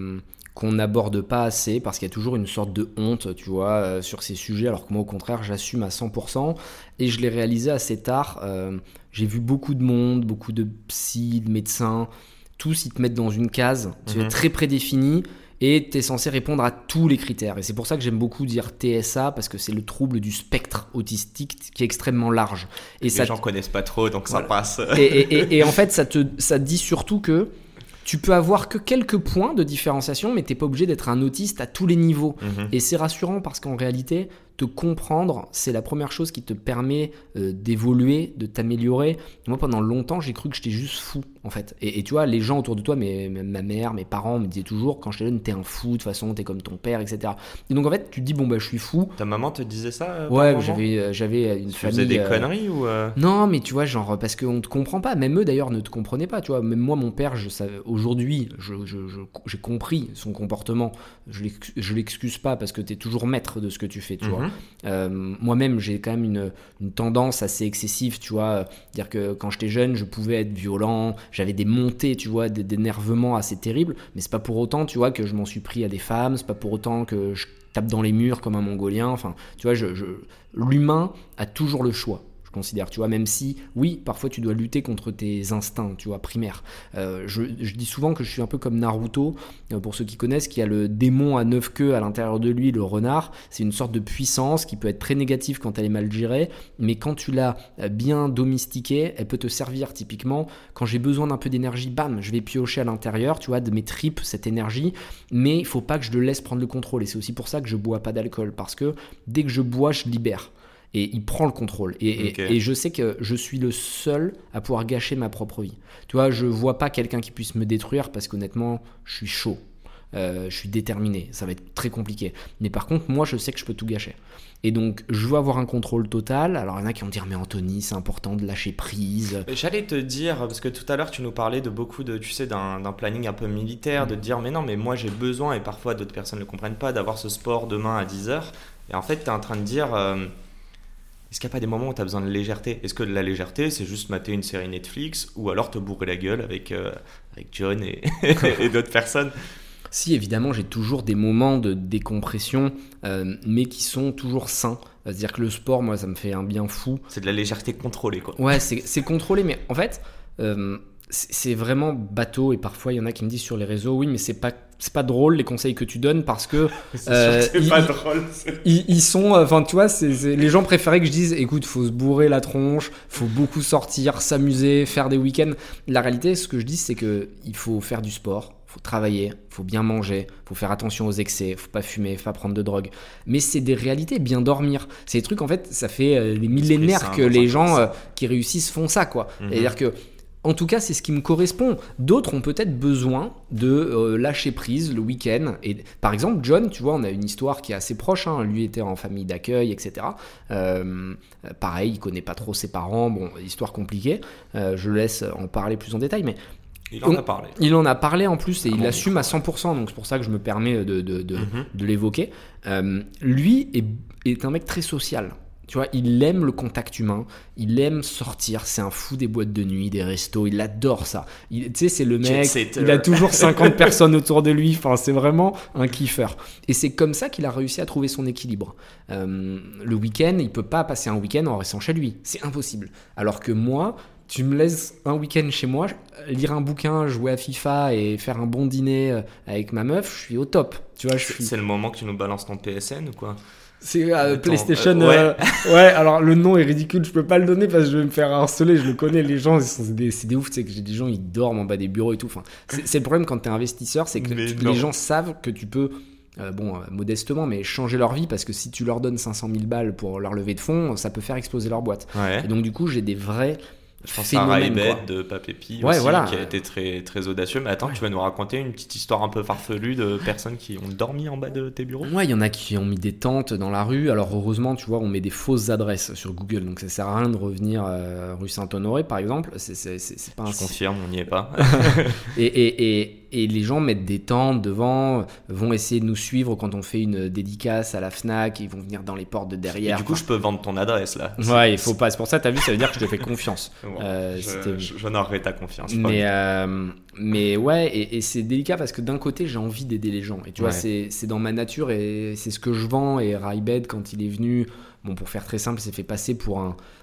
qu'on n'aborde pas assez parce qu'il y a toujours une sorte de honte, tu vois, sur ces sujets, alors que moi, au contraire, j'assume à 100% et je l'ai réalisé assez tard. J'ai vu beaucoup de monde, beaucoup de psy, de médecins. Tous, ils te mettent dans une case très prédéfinie et tu es censé répondre à tous les critères. Et c'est pour ça que j'aime beaucoup dire TSA parce que c'est le trouble du spectre autistique qui est extrêmement large. Et les gens connaissent pas trop, donc voilà. Ça passe. Et en fait, ça te dit surtout que tu peux avoir que quelques points de différenciation, mais tu n'es pas obligé d'être un autiste à tous les niveaux. Et c'est rassurant parce qu'en réalité, te comprendre, c'est la première chose qui te permet d'évoluer, de t'améliorer. Moi, pendant longtemps, j'ai cru que j'étais juste fou, en fait. Et tu vois, les gens autour de toi, ma mère, mes parents me disaient toujours, quand j'étais jeune, t'es un fou, de toute façon, t'es comme ton père, etc. Et donc, en fait, tu te dis, bon, bah, je suis fou. Ta maman te disait ça? Ouais, j'avais une famille... Tu faisais des conneries ou Non, mais tu vois, genre, parce qu'on te comprend pas. Même eux, d'ailleurs, ne te comprenaient pas, tu vois. Même moi, mon père, aujourd'hui, j'ai compris son comportement. Je l'excuse pas parce que t'es toujours maître de ce que tu fais, tu vois. Moi-même, j'ai quand même une tendance assez excessive, tu vois, dire que quand j'étais jeune, je pouvais être violent, j'avais des montées, tu vois, d'énervement assez terribles, mais c'est pas pour autant, tu vois, que je m'en suis pris à des femmes, c'est pas pour autant que je tape dans les murs comme un Mongolien, enfin, tu vois, l'humain a toujours le choix. Considère, tu vois, même si, oui, parfois tu dois lutter contre tes instincts, tu vois, primaires. Je dis souvent que je suis un peu comme Naruto, pour ceux qui connaissent, qui a le démon à 9 queues à l'intérieur de lui, le renard. C'est une sorte de puissance qui peut être très négative quand elle est mal gérée, mais quand tu l'as bien domestiquée, elle peut te servir. Typiquement, quand j'ai besoin d'un peu d'énergie, bam, je vais piocher à l'intérieur, tu vois, de mes tripes, cette énergie, mais il faut pas que je le laisse prendre le contrôle. Et c'est aussi pour ça que je bois pas d'alcool, parce que dès que je bois, je libère. Et il prend le contrôle. Et je sais que je suis le seul à pouvoir gâcher ma propre vie. Tu vois, je vois pas quelqu'un qui puisse me détruire parce qu'honnêtement, je suis chaud. Je suis déterminé. Ça va être très compliqué. Mais par contre, moi, je sais que je peux tout gâcher. Et donc, je veux avoir un contrôle total. Alors, il y en a qui vont dire, mais Anthony, c'est important de lâcher prise. J'allais te dire, parce que tout à l'heure, tu nous parlais de beaucoup de, tu sais, d'un planning un peu militaire, de te dire, mais non, mais moi, j'ai besoin, et parfois d'autres personnes ne le comprennent pas, d'avoir ce sport demain à 10h. Et en fait, tu es en train de dire... Est-ce qu'il n'y a pas des moments où tu as besoin de légèreté? Est-ce que de la légèreté, c'est juste mater une série Netflix ou alors te bourrer la gueule avec John et d'autres personnes? Si, évidemment, j'ai toujours des moments de décompression, mais qui sont toujours sains. C'est-à-dire que le sport, moi, ça me fait un bien fou. C'est de la légèreté contrôlée, quoi. Ouais, c'est contrôlé, mais en fait... c'est vraiment bateau et parfois il y en a qui me disent sur les réseaux oui mais c'est pas drôle les conseils que tu donnes parce que c'est pas drôle ils sont enfin tu vois les gens préféraient que je dise écoute faut se bourrer la tronche, faut beaucoup sortir, s'amuser, faire des week-ends. La réalité ce que je dis c'est que il faut faire du sport, faut travailler, faut bien manger, faut faire attention aux excès, faut pas fumer, faut pas prendre de drogue. Mais c'est des réalités, bien dormir. C'est des trucs en fait, ça fait des millénaires que les gens qui réussissent font ça quoi. C'est-à-dire que En tout cas, c'est ce qui me correspond. D'autres ont peut-être besoin de lâcher prise le week-end. Et, par exemple, John, tu vois, on a une histoire qui est assez proche. Lui était en famille d'accueil, etc. Pareil, il connaît pas trop ses parents. Bon, histoire compliquée. Je laisse en parler plus en détail, mais il en a parlé. Il en a parlé en plus et il l'assume à 100%. Donc c'est pour ça que je me permets de l'évoquer. Lui est un mec très social. Tu vois, il aime le contact humain, il aime sortir, c'est un fou des boîtes de nuit, des restos, il adore ça. Tu sais, c'est le mec, il a toujours 50 personnes autour de lui, enfin, c'est vraiment un kiffeur. Et c'est comme ça qu'il a réussi à trouver son équilibre. Le week-end, il peut pas passer un week-end en restant chez lui, c'est impossible. Alors que moi, tu me laisses un week-end chez moi, lire un bouquin, jouer à FIFA et faire un bon dîner avec ma meuf, je suis au top. Tu vois, C'est le moment que tu nous balances ton PSN ou quoi ? C'est PlayStation. Ouais, alors le nom est ridicule, je peux pas le donner parce que je vais me faire harceler. Je le connais, les gens, c'est des ouf. C'est que j'ai des gens, ils dorment en bas des bureaux et tout. Enfin, c'est le problème quand t'es investisseur, c'est que les gens savent que tu peux, modestement, mais changer leur vie parce que si tu leur donnes 500 000 balles pour leur levée de fonds, ça peut faire exploser leur boîte. Ouais. Et donc, du coup, j'ai des vrais. Je pense à Raibed de Papépi aussi, voilà. Qui a été très, très audacieux. Mais attends, tu vas nous raconter une petite histoire un peu farfelue de personnes qui ont dormi en bas de tes bureaux ? Ouais, il y en a qui ont mis des tentes dans la rue. Alors heureusement, tu vois, on met des fausses adresses sur Google. Donc ça sert à rien de revenir rue Saint-Honoré, par exemple. C'est pas Je confirme, on n'y est pas. Et les gens mettent des tentes devant, vont essayer de nous suivre quand on fait une dédicace à la Fnac, ils vont venir dans les portes de derrière. Et du coup, je peux vendre ton adresse là. Ouais, il faut pas. C'est pour ça, t'as vu, ça veut dire que je te fais confiance. Bon, j'honorerai ta confiance. Mais ouais, et c'est délicat parce que d'un côté, j'ai envie d'aider les gens. Et tu vois, c'est dans ma nature et c'est ce que je vends. Et Raibed, quand il est venu, bon, pour faire très simple, il s'est fait passer pour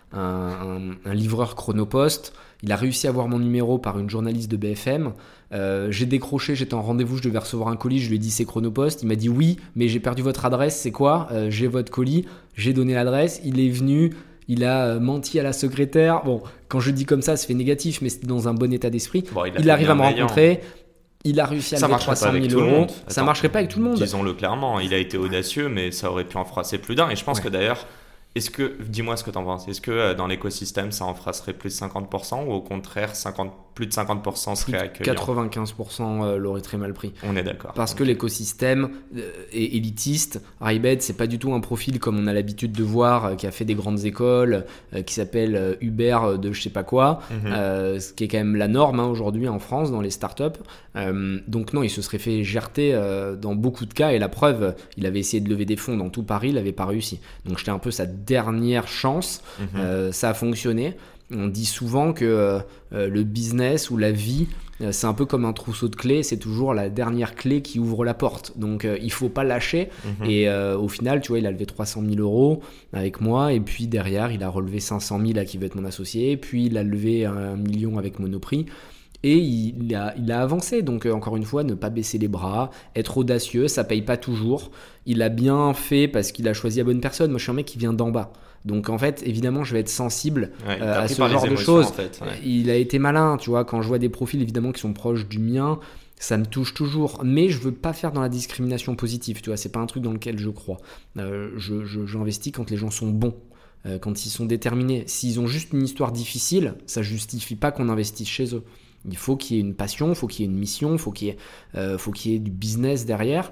un livreur Chronopost. Il a réussi à avoir mon numéro par une journaliste de BFM. J'ai décroché, j'étais en rendez-vous, je devais recevoir un colis, je lui ai dit c'est Chronopost. Il m'a dit oui, mais j'ai perdu votre adresse, c'est quoi ? J'ai votre colis, j'ai donné l'adresse, il est venu, il a menti à la secrétaire. Bon, quand je dis comme ça fait négatif, mais c'était dans un bon état d'esprit. Bon, il arrive à me rencontrer. Il a réussi à lever 300 000 euros. Ça marcherait pas avec tout le monde. Disons-le clairement, il a été audacieux, mais ça aurait pu en froisser plus d'un. Et je pense que d'ailleurs, dis-moi ce que t'en penses. Est-ce que dans l'écosystème, ça en frasserait plus de 50% ou au contraire, plus de 50% serait accueillant ? 95% l'aurait très mal pris. On est d'accord. Parce que l'écosystème est élitiste. Raibed, c'est pas du tout un profil comme on a l'habitude de voir, qui a fait des grandes écoles, qui s'appelle Uber de je sais pas quoi, ce qui est quand même la norme aujourd'hui en France dans les startups. Donc non, il se serait fait gerter dans beaucoup de cas. Et la preuve, il avait essayé de lever des fonds dans tout Paris, il n'avait pas réussi. Donc j'étais un peu sa dernière chance. Ça a fonctionné. On dit souvent que le business ou la vie, c'est un peu comme un trousseau de clés, c'est toujours la dernière clé qui ouvre la porte. Donc il faut pas lâcher. Et au final, tu vois, il a levé 300 000 euros avec moi. Et puis derrière, il a relevé 500 000 à qui veut être mon associé. Puis il a levé 1 million avec Monoprix. Et il a avancé, donc encore une fois, ne pas baisser les bras, être audacieux, ça paye pas toujours. Il a bien fait parce qu'il a choisi la bonne personne. Moi, je suis un mec qui vient d'en bas. Donc en fait, évidemment, je vais être sensible à ce genre de choses. En fait, Il a été malin, tu vois, quand je vois des profils évidemment qui sont proches du mien, ça me touche toujours. Mais je veux pas faire dans la discrimination positive, tu vois, c'est pas un truc dans lequel je crois. J'investis quand les gens sont bons. Quand ils sont déterminés. S'ils ont juste une histoire difficile, ça justifie pas qu'on investisse chez eux. Il faut qu'il y ait une passion, il faut qu'il y ait une mission, il faut qu'il y ait du business derrière.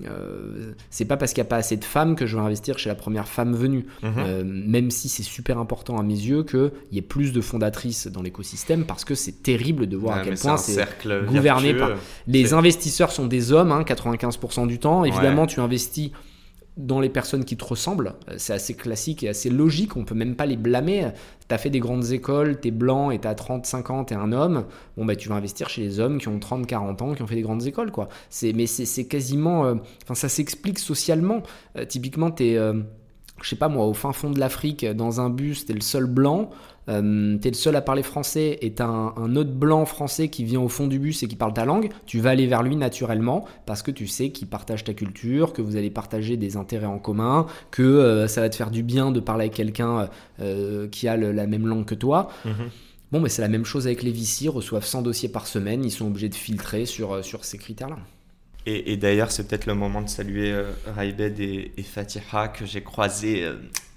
C'est pas parce qu'il n'y a pas assez de femmes que je vais investir chez la première femme venue. Même si c'est super important à mes yeux qu'il y ait plus de fondatrices dans l'écosystème, parce que c'est terrible de voir à quel point c'est gouverné par... Les investisseurs sont des hommes, 95% du temps. Évidemment, tu investis dans les personnes qui te ressemblent, c'est assez classique et assez logique, on peut même pas les blâmer. T'as fait des grandes écoles, t'es blanc et t'as 30-50, t'es un homme, bon bah tu vas investir chez les hommes qui ont 30-40 ans, qui ont fait des grandes écoles, quoi. Mais c'est quasiment... ça s'explique socialement. Typiquement, t'es... je sais pas moi, au fin fond de l'Afrique, dans un bus, t'es le seul blanc, t'es le seul à parler français et t'as un autre blanc français qui vient au fond du bus et qui parle ta langue, tu vas aller vers lui naturellement parce que tu sais qu'il partage ta culture, que vous allez partager des intérêts en commun, que ça va te faire du bien de parler avec quelqu'un qui a la même langue que toi. Bon, mais c'est la même chose avec les VC, ils reçoivent 100 dossiers par semaine, ils sont obligés de filtrer sur ces critères-là. Et d'ailleurs, c'est peut-être le moment de saluer Raibed et Fatiha que j'ai croisés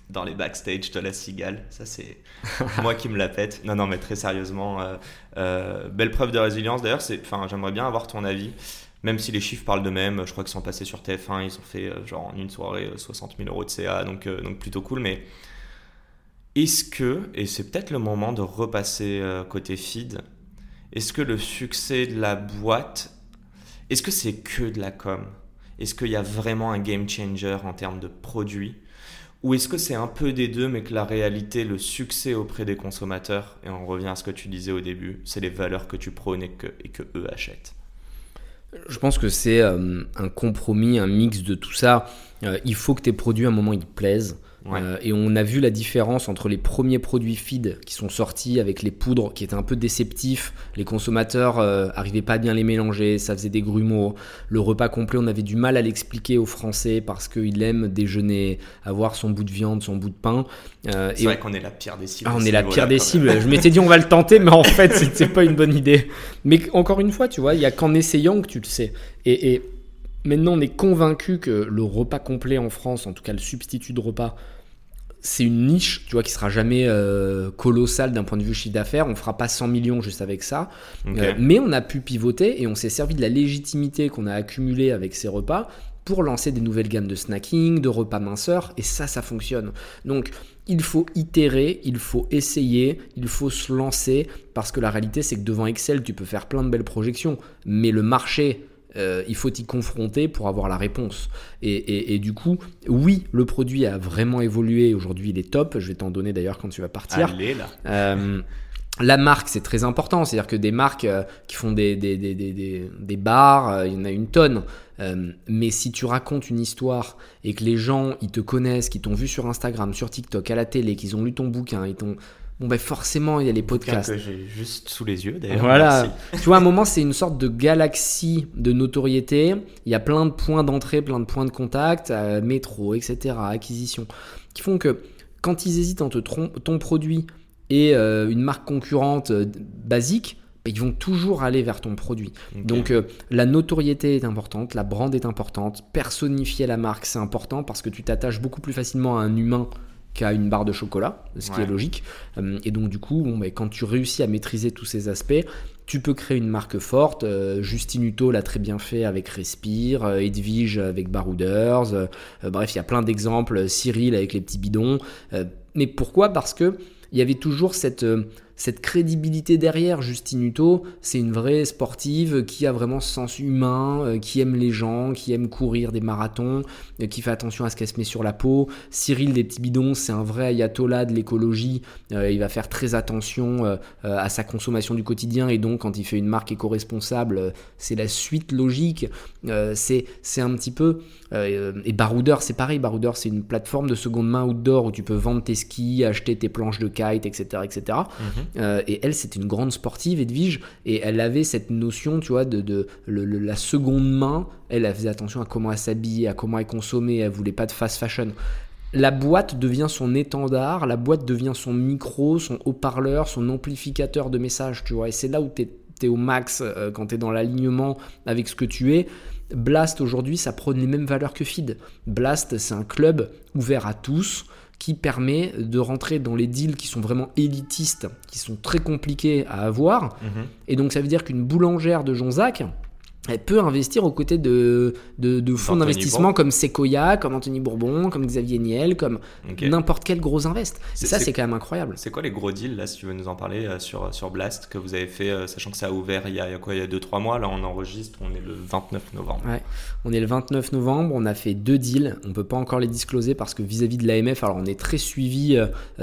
dans les backstage de la Cigale. Ça, c'est moi qui me la pète. Non, mais très sérieusement, belle preuve de résilience. D'ailleurs, j'aimerais bien avoir ton avis. Même si les chiffres parlent d'eux-mêmes, je crois qu'ils sont passés sur TF1, ils ont fait genre en une soirée 60 000 € de CA, donc plutôt cool. Mais est-ce que, et c'est peut-être le moment de repasser côté feed, est-ce que le succès de la boîte, est-ce que c'est que de la com ? Est-ce qu'il y a vraiment un game changer en termes de produits ? Ou est-ce que c'est un peu des deux, mais que la réalité, le succès auprès des consommateurs, et on revient à ce que tu disais au début, c'est les valeurs que tu prônes et que eux achètent ? Je pense que c'est un compromis, un mix de tout ça. Il faut que tes produits, à un moment, ils te plaisent. Ouais. Et on a vu la différence entre les premiers produits feed qui sont sortis avec les poudres qui étaient un peu déceptifs. Les consommateurs arrivaient pas à bien les mélanger, ça faisait des grumeaux. Le repas complet, on avait du mal à l'expliquer aux Français parce qu'ils aiment déjeuner, avoir son bout de viande, son bout de pain. C'est vrai qu'on est la pire des cibles. On est la pire des cibles. Je m'étais dit on va le tenter, mais en fait c'était pas une bonne idée. Mais encore une fois, tu vois, il y a qu'en essayant que tu le sais. Et maintenant, on est convaincu que le repas complet en France, en tout cas le substitut de repas, c'est une niche, tu vois, qui sera jamais colossale d'un point de vue chiffre d'affaires. On fera pas 100 millions juste avec ça. Okay. Mais on a pu pivoter et on s'est servi de la légitimité qu'on a accumulée avec ces repas pour lancer des nouvelles gammes de snacking, de repas minceurs. Et ça fonctionne. Donc, il faut itérer, il faut essayer, il faut se lancer. Parce que la réalité, c'est que devant Excel, tu peux faire plein de belles projections. Mais le marché... il faut y confronter pour avoir la réponse. Et du coup, oui, le produit a vraiment évolué. Aujourd'hui, il est top. Je vais t'en donner d'ailleurs quand tu vas partir. Allez, là. La marque, c'est très important. C'est-à-dire que des marques qui font des bars, il y en a une tonne. Mais si tu racontes une histoire et que les gens, ils te connaissent, qu'ils t'ont vu sur Instagram, sur TikTok, à la télé, qu'ils ont lu ton bouquin, bon ben forcément il y a les podcasts que j'ai juste sous les yeux d'ailleurs. Voilà. Merci. Tu vois, à un moment c'est une sorte de galaxie de notoriété. Il y a plein de points d'entrée, plein de points de contact, métro, etc., acquisition, qui font que quand ils hésitent entre ton produit et une marque concurrente basique, ils vont toujours aller vers ton produit. Okay. Donc la notoriété est importante, la brand est importante, personnifier la marque c'est important parce que tu t'attaches beaucoup plus facilement à un humain qu'à une barre de chocolat, ce qui est logique. Et donc du coup, quand tu réussis à maîtriser tous ces aspects, tu peux créer une marque forte. Justine Hutto l'a très bien fait avec Respire, Edwige avec Barouders, bref, il y a plein d'exemples, Cyril avec les petits bidons. Mais pourquoi ? Parce que il y avait toujours cette crédibilité derrière. Justine Hutto, c'est une vraie sportive qui a vraiment ce sens humain, qui aime les gens, qui aime courir des marathons, qui fait attention à ce qu'elle se met sur la peau. Cyril des petits bidons, c'est un vrai ayatollah de l'écologie. Il va faire très attention à sa consommation du quotidien et donc quand il fait une marque éco-responsable, c'est la suite logique. C'est un petit peu... et Barouders, c'est pareil. Barouders, c'est une plateforme de seconde main outdoor où tu peux vendre tes skis, acheter tes planches de kite, etc. etc. Et elle, c'était une grande sportive, Edwige, et elle avait cette notion, tu vois, de la seconde main. Elle faisait attention à comment elle s'habillait, à comment elle consommait, elle voulait pas de fast fashion. La boîte devient son étendard, la boîte devient son micro, son haut-parleur, son amplificateur de messages, tu vois, et c'est là où t'es au max quand t'es dans l'alignement avec ce que tu es. Blast, aujourd'hui, ça prône les mêmes valeurs que Feed. Blast, c'est un club ouvert à tous, qui permet de rentrer dans les deals qui sont vraiment élitistes, qui sont très compliqués à avoir. Et donc, ça veut dire qu'une boulangère de Jonzac, elle peut investir aux côtés de fonds d'investissement comme Sequoia, comme Anthony Bourbon, comme Xavier Niel, comme n'importe quel gros invest. C'est quand même incroyable. C'est quoi les gros deals, là, si tu veux nous en parler, sur Blast, que vous avez fait, sachant que ça a ouvert il y a 2-3 mois, là on enregistre, on est le 29 novembre. Ouais, on est le 29 novembre, on a fait 2 deals, on peut pas encore les discloser parce que vis-à-vis de l'AMF, alors on est très suivi.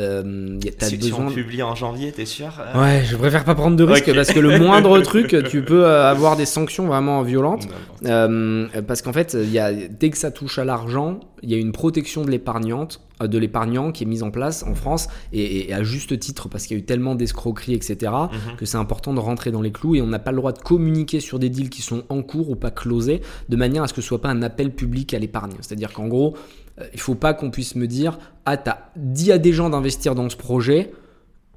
Si on publie en janvier, t'es sûr Ouais, je préfère pas prendre de risques parce que le moindre truc, tu peux avoir des sanctions vraiment violente parce qu'en fait dès que ça touche à l'argent, il y a une protection de l'épargnant qui est mise en place en France et à juste titre parce qu'il y a eu tellement d'escroqueries etc. Que c'est important de rentrer dans les clous et on n'a pas le droit de communiquer sur des deals qui sont en cours ou pas closés de manière à ce que ce soit pas un appel public à l'épargne. C'est-à-dire qu'en gros il faut pas qu'on puisse me dire t'as dit à des gens d'investir dans ce projet,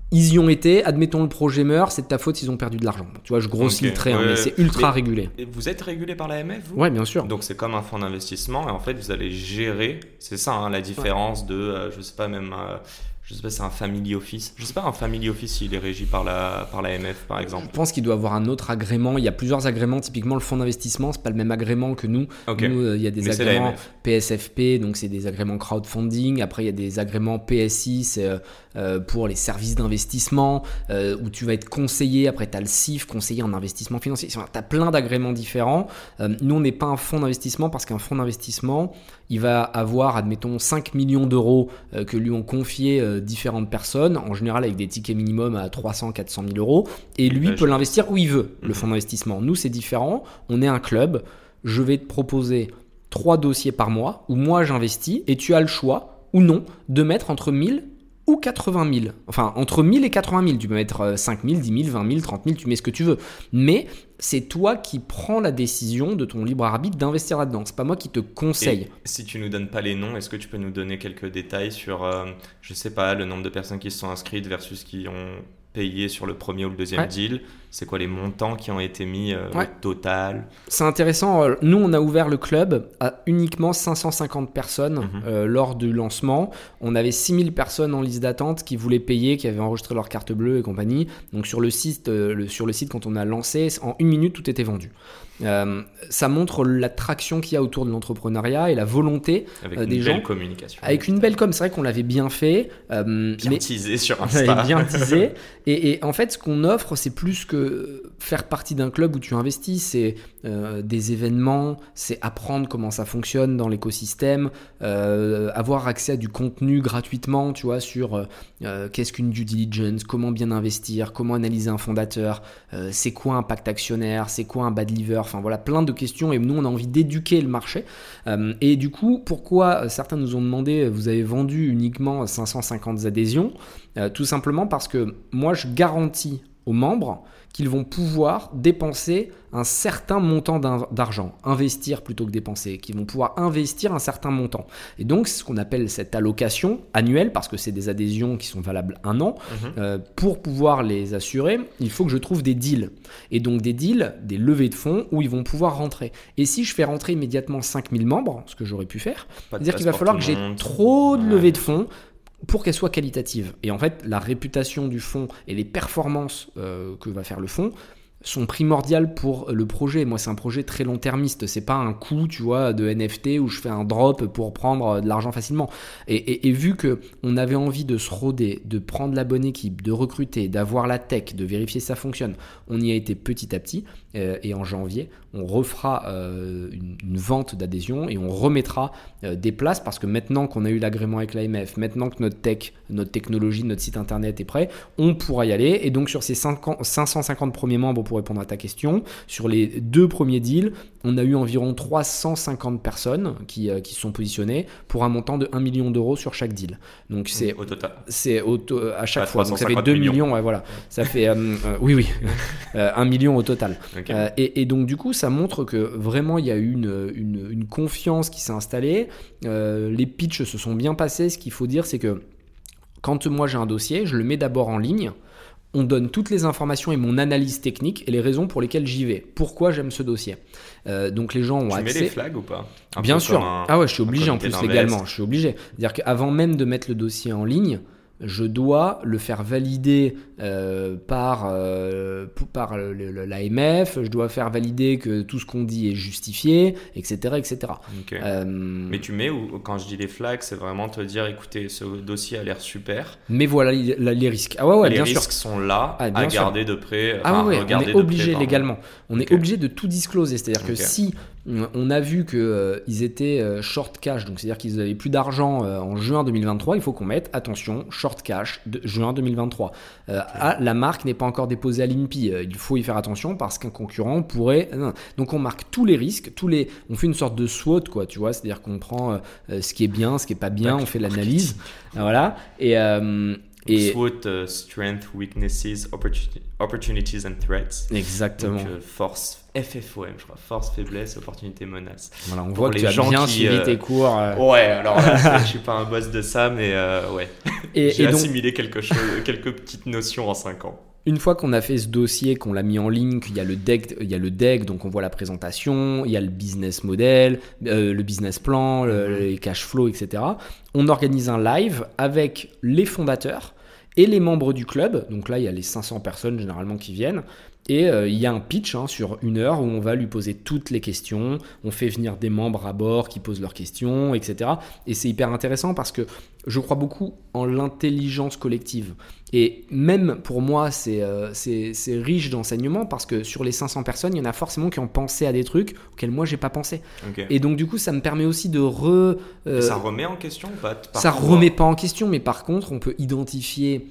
ils y ont été, admettons le projet meurt, c'est de ta faute s'ils ont perdu de l'argent. Tu vois, je grossis le trait, mais c'est ultra régulé. Et vous êtes régulé par l'AMF, vous ? Ouais, bien sûr. Donc c'est comme un fonds d'investissement et en fait vous allez gérer, c'est ça hein, la différence de, je sais pas même, je sais pas c'est un family office. Je sais pas un family office s'il est régi par l'AMF par exemple. Je pense qu'il doit avoir un autre agrément. Il y a plusieurs agréments. Typiquement le fonds d'investissement, c'est pas le même agrément que nous. Okay. Nous, il y a des agréments PSFP, donc c'est des agréments crowdfunding. Après il y a des agréments PSI, c'est pour les services d'investissement où tu vas être conseiller. Après tu as le CIF, conseiller en investissement financier. Tu as plein d'agréments différents. Nous on n'est pas un fonds d'investissement parce qu'un fonds d'investissement il va avoir, admettons, 5 millions d'euros que lui ont confié différentes personnes, en général avec des tickets minimum à 300-400 000 euros, et lui peut l'investir où il veut, le fonds d'investissement. Nous, c'est différent, on est un club, je vais te proposer 3 dossiers par mois, où moi j'investis, et tu as le choix, ou non, de mettre entre 1000 ou 80 000. Enfin, entre 1000 et 80 000. Tu peux mettre 5 000, 10 000, 20 000, 30 000, tu mets ce que tu veux. Mais c'est toi qui prends la décision de ton libre arbitre d'investir là-dedans. C'est pas moi qui te conseille. Et si tu nous donnes pas les noms, est-ce que tu peux nous donner quelques détails sur, je sais pas, le nombre de personnes qui se sont inscrites versus qui ont payé sur le premier ou le deuxième deal? C'est quoi les montants qui ont été mis au total? C'est intéressant. Nous, on a ouvert le club à uniquement 550 personnes lors du lancement. On avait 6000 personnes en liste d'attente qui voulaient payer, qui avaient enregistré leur carte bleue et compagnie. Donc sur le site, quand on a lancé, en 1 minute, tout était vendu. Ça montre l'attraction qu'il y a autour de l'entrepreneuriat et la volonté des gens. Avec une belle communication. Avec une belle com, c'est vrai qu'on l'avait bien fait. Bien teasé sur Insta. Bien teasé. Et en fait, ce qu'on offre, c'est plus que faire partie d'un club où tu investis, c'est des événements, c'est apprendre comment ça fonctionne dans l'écosystème, avoir accès à du contenu gratuitement, tu vois, sur qu'est-ce qu'une due diligence, comment bien investir, comment analyser un fondateur, c'est quoi un pacte actionnaire, c'est quoi un bad liver, enfin voilà, plein de questions. Et nous, on a envie d'éduquer le marché. Et du coup, pourquoi certains nous ont demandé, vous avez vendu uniquement 550 adhésions? Tout simplement parce que moi, je garantis aux membres qu'ils vont pouvoir dépenser un certain montant d'argent, investir plutôt que dépenser, qu'ils vont pouvoir investir un certain montant. Et donc, c'est ce qu'on appelle cette allocation annuelle, parce que c'est des adhésions qui sont valables 1 an. Pour pouvoir les assurer, il faut que je trouve des deals. Et donc, des deals, des levées de fonds où ils vont pouvoir rentrer. Et si je fais rentrer immédiatement 5000 membres, ce que j'aurais pu faire, c'est-à-dire qu'il va falloir que j'ai trop de levées de fonds pour qu'elle soit qualitative. Et en fait, la réputation du fonds et les performances que va faire le fonds sont primordiales pour le projet. Moi, c'est un projet très long-termiste. C'est pas un coup, tu vois, de NFT où je fais un drop pour prendre de l'argent facilement. Et vu que on avait envie de se roder, de prendre la bonne équipe, de recruter, d'avoir la tech, de vérifier si ça fonctionne, on y a été petit à petit. Et en janvier, on refera une vente d'adhésion et on remettra des places parce que maintenant qu'on a eu l'agrément avec l'AMF, maintenant que notre tech, notre technologie, notre site internet est prêt, on pourra y aller. Et donc sur ces 550 premiers membres, pour répondre à ta question, sur les 2 premiers deals, on a eu environ 350 personnes qui se sont positionnées pour un montant de 1 million d'euros sur chaque deal. Donc c'est au total. C'est à chaque fois. Donc ça fait 2 millions. Ouais, voilà. Ça fait 1 million au total. Okay. Et donc du coup, ça montre que vraiment il y a eu une confiance qui s'est installée. Les pitchs se sont bien passés. Ce qu'il faut dire, c'est que quand moi j'ai un dossier, je le mets d'abord en ligne. On donne toutes les informations et mon analyse technique et les raisons pour lesquelles j'y vais. Pourquoi j'aime ce dossier. Donc les gens ont accès. Tu mets les flags ou pas? Bien sûr. Je suis obligé en plus légalement. Je suis obligé. C'est-à-dire qu'avant même de mettre le dossier en ligne, je dois le faire valider par l'AMF, je dois faire valider que tout ce qu'on dit est justifié, etc. etc. Okay. Mais tu mets, quand je dis les flags, c'est vraiment te dire, écoutez, ce dossier a l'air super. Mais voilà les risques. Ah ouais, les bien risques sûr. sont là, à garder de près. On est obligé légalement. On est obligé de tout discloser. C'est-à-dire que si on a vu qu'ils étaient short cash, donc c'est-à-dire qu'ils n'avaient plus d'argent en juin 2023, il faut qu'on mette, attention, short cash de juin 2023. La marque n'est pas encore déposée à l'INPI. Il faut y faire attention parce qu'un concurrent pourrait... Donc on marque tous les risques, on fait une sorte de SWOT, quoi, tu vois, c'est-à-dire qu'on prend ce qui est bien, ce qui est pas bien, on fait l'analyse. Voilà. Et SWOT, Strength, Weaknesses, Opportunities and Threats. Exactement. Donc, force, FFOM, je crois. Force, faiblesse, opportunité, menace. Voilà, on voit que tu as bien suivi tes cours. Ouais, alors là, je suis pas un boss de ça, mais ouais. J'ai donc, assimilé quelques petites notions en 5 ans. Une fois qu'on a fait ce dossier, qu'on l'a mis en ligne, qu'il y a le deck, donc on voit la présentation, il y a le business model, le business plan, les cash flow, etc. On organise un live avec les fondateurs et les membres du club. Donc là, il y a les 500 personnes généralement qui viennent. Et il y a un pitch sur 1 heure où on va lui poser toutes les questions. On fait venir des membres à bord qui posent leurs questions, etc. Et c'est hyper intéressant parce que je crois beaucoup en l'intelligence collective. Et même pour moi, c'est riche d'enseignement parce que sur les 500 personnes, il y en a forcément qui ont pensé à des trucs auxquels moi, j'ai pas pensé. Okay. Et donc, du coup, ça me permet aussi de ça remet en question ou pas? Ça remet pas en question, mais par contre, on peut identifier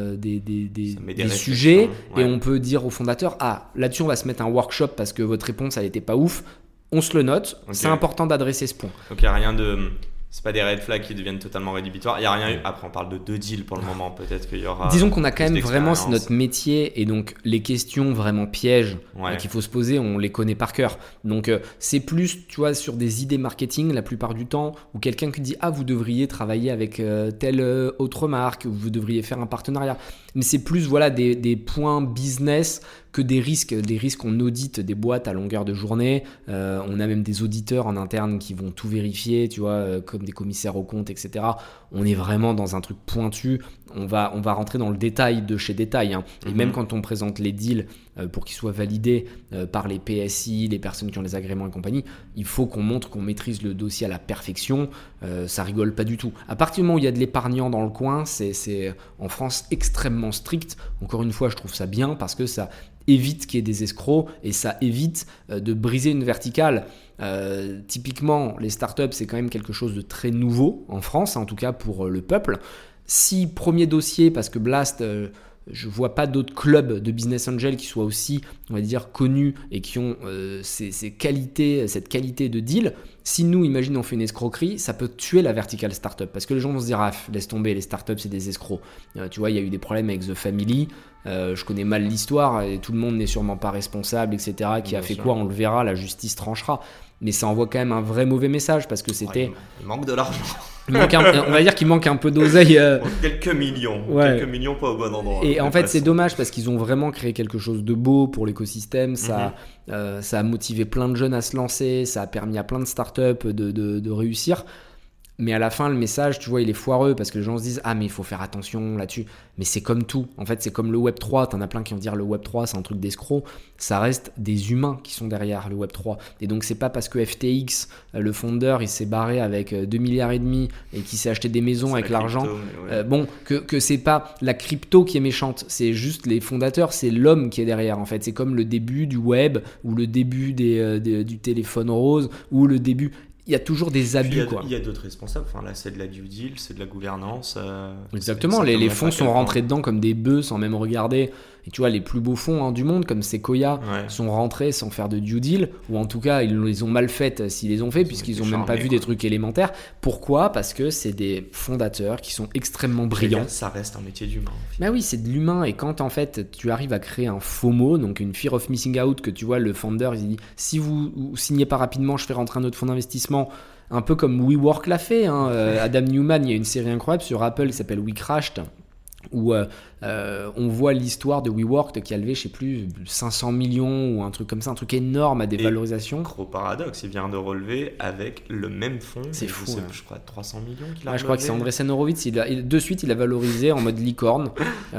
des sujets et on peut dire au fondateur, là-dessus, on va se mettre un workshop parce que votre réponse, elle était pas ouf. On se le note. Okay. C'est important d'adresser ce point. Donc, il n'y a rien de... C'est pas des red flags qui deviennent totalement rédhibitoires. Il n'y a rien eu. Après, on parle de 2 deals pour le moment. Peut-être qu'il y aura. Disons qu'on a quand même vraiment, c'est notre métier. Et donc, les questions vraiment pièges qu'il faut se poser, on les connaît par cœur. Donc, c'est plus, tu vois, sur des idées marketing la plupart du temps, où quelqu'un qui dit, vous devriez travailler avec telle autre marque, ou vous devriez faire un partenariat. Mais c'est plus, voilà, des points business que des risques. Des risques, on audite des boîtes à longueur de journée. On a même des auditeurs en interne qui vont tout vérifier, tu vois, comme des commissaires aux comptes, etc. On est vraiment dans un truc pointu. On va rentrer dans le détail de chez détail. Et même quand on présente les deals pour qu'ils soient validés par les PSI, les personnes qui ont les agréments et compagnie, il faut qu'on montre qu'on maîtrise le dossier à la perfection. Ça rigole pas du tout. À partir du moment où il y a de l'épargnant dans le coin, c'est en France extrêmement strict. Encore une fois, je trouve ça bien parce que ça évite qu'il y ait des escrocs et ça évite de briser une verticale. Typiquement, les startups, c'est quand même quelque chose de très nouveau en France, en tout cas pour le peuple. Si premier dossier, parce que Blast, je vois pas d'autres clubs de business angel qui soient aussi, on va dire, connus et qui ont cette qualité de deal. Si nous, imagine, on fait une escroquerie, ça peut tuer la verticale startup parce que les gens vont se dire, laisse tomber, les startups, c'est des escrocs. Tu vois, il y a eu des problèmes avec The Family. Je connais mal l'histoire et tout le monde n'est sûrement pas responsable, etc. Qui a fait quoi, on le verra, la justice tranchera. Mais ça envoie quand même un vrai mauvais message parce que c'était... Il manque de l'argent. On va dire qu'il manque un peu d'oseille. Quelques millions. Quelques millions pas au bon endroit. Et en fait, c'est dommage parce qu'ils ont vraiment créé quelque chose de beau pour l'écosystème. Ça a motivé plein de jeunes à se lancer. Ça a permis à plein de startups de réussir. Mais à la fin, le message, tu vois, il est foireux parce que les gens se disent « Ah, mais il faut faire attention là-dessus. » Mais c'est comme tout. En fait, c'est comme le Web3. T'en as plein qui vont dire le Web3, c'est un truc d'escroc. Ça reste des humains qui sont derrière le Web3. Et donc, c'est pas parce que FTX, le founder, il s'est barré avec 2,5 milliards et qu'il s'est acheté des maisons avec l'argent. Que c'est pas la crypto qui est méchante. C'est juste les fondateurs, c'est l'homme qui est derrière. En fait, c'est comme le début du web ou le début du téléphone rose ou le début... Il y a toujours des abus. Il y a d'autres responsables. Enfin, là, c'est de la due deal, c'est de la gouvernance. Exactement. Les fonds sont rentrés dedans comme des bœufs sans même regarder. Et tu vois, les plus beaux fonds du monde, comme Sequoia, sont rentrés sans faire de due deal. Ou en tout cas, ils les ont mal faites s'ils les ont fait, puisqu'ils n'ont même pas vu des trucs élémentaires. Pourquoi ? Parce que c'est des fondateurs qui sont extrêmement brillants. Ça reste un métier d'humain. Bah oui, c'est de l'humain. Et quand en fait, tu arrives à créer un FOMO, donc une fear of missing out, que tu vois, le founder, il dit si vous signez pas rapidement, je fais rentrer un autre fonds d'investissement. Un peu comme WeWork l'a fait. Adam Newman, il y a une série incroyable sur Apple qui s'appelle We Crashed, où on voit l'histoire de WeWork qui a levé, je sais plus, 500 millions ou un truc comme ça, un truc énorme à des valorisations. Gros paradoxe, il vient de relever avec le même fonds. C'est fou. Je crois 300 millions qu'il a relevé. Je crois que c'est Andreessen Horowitz. De suite, il a valorisé en mode licorne.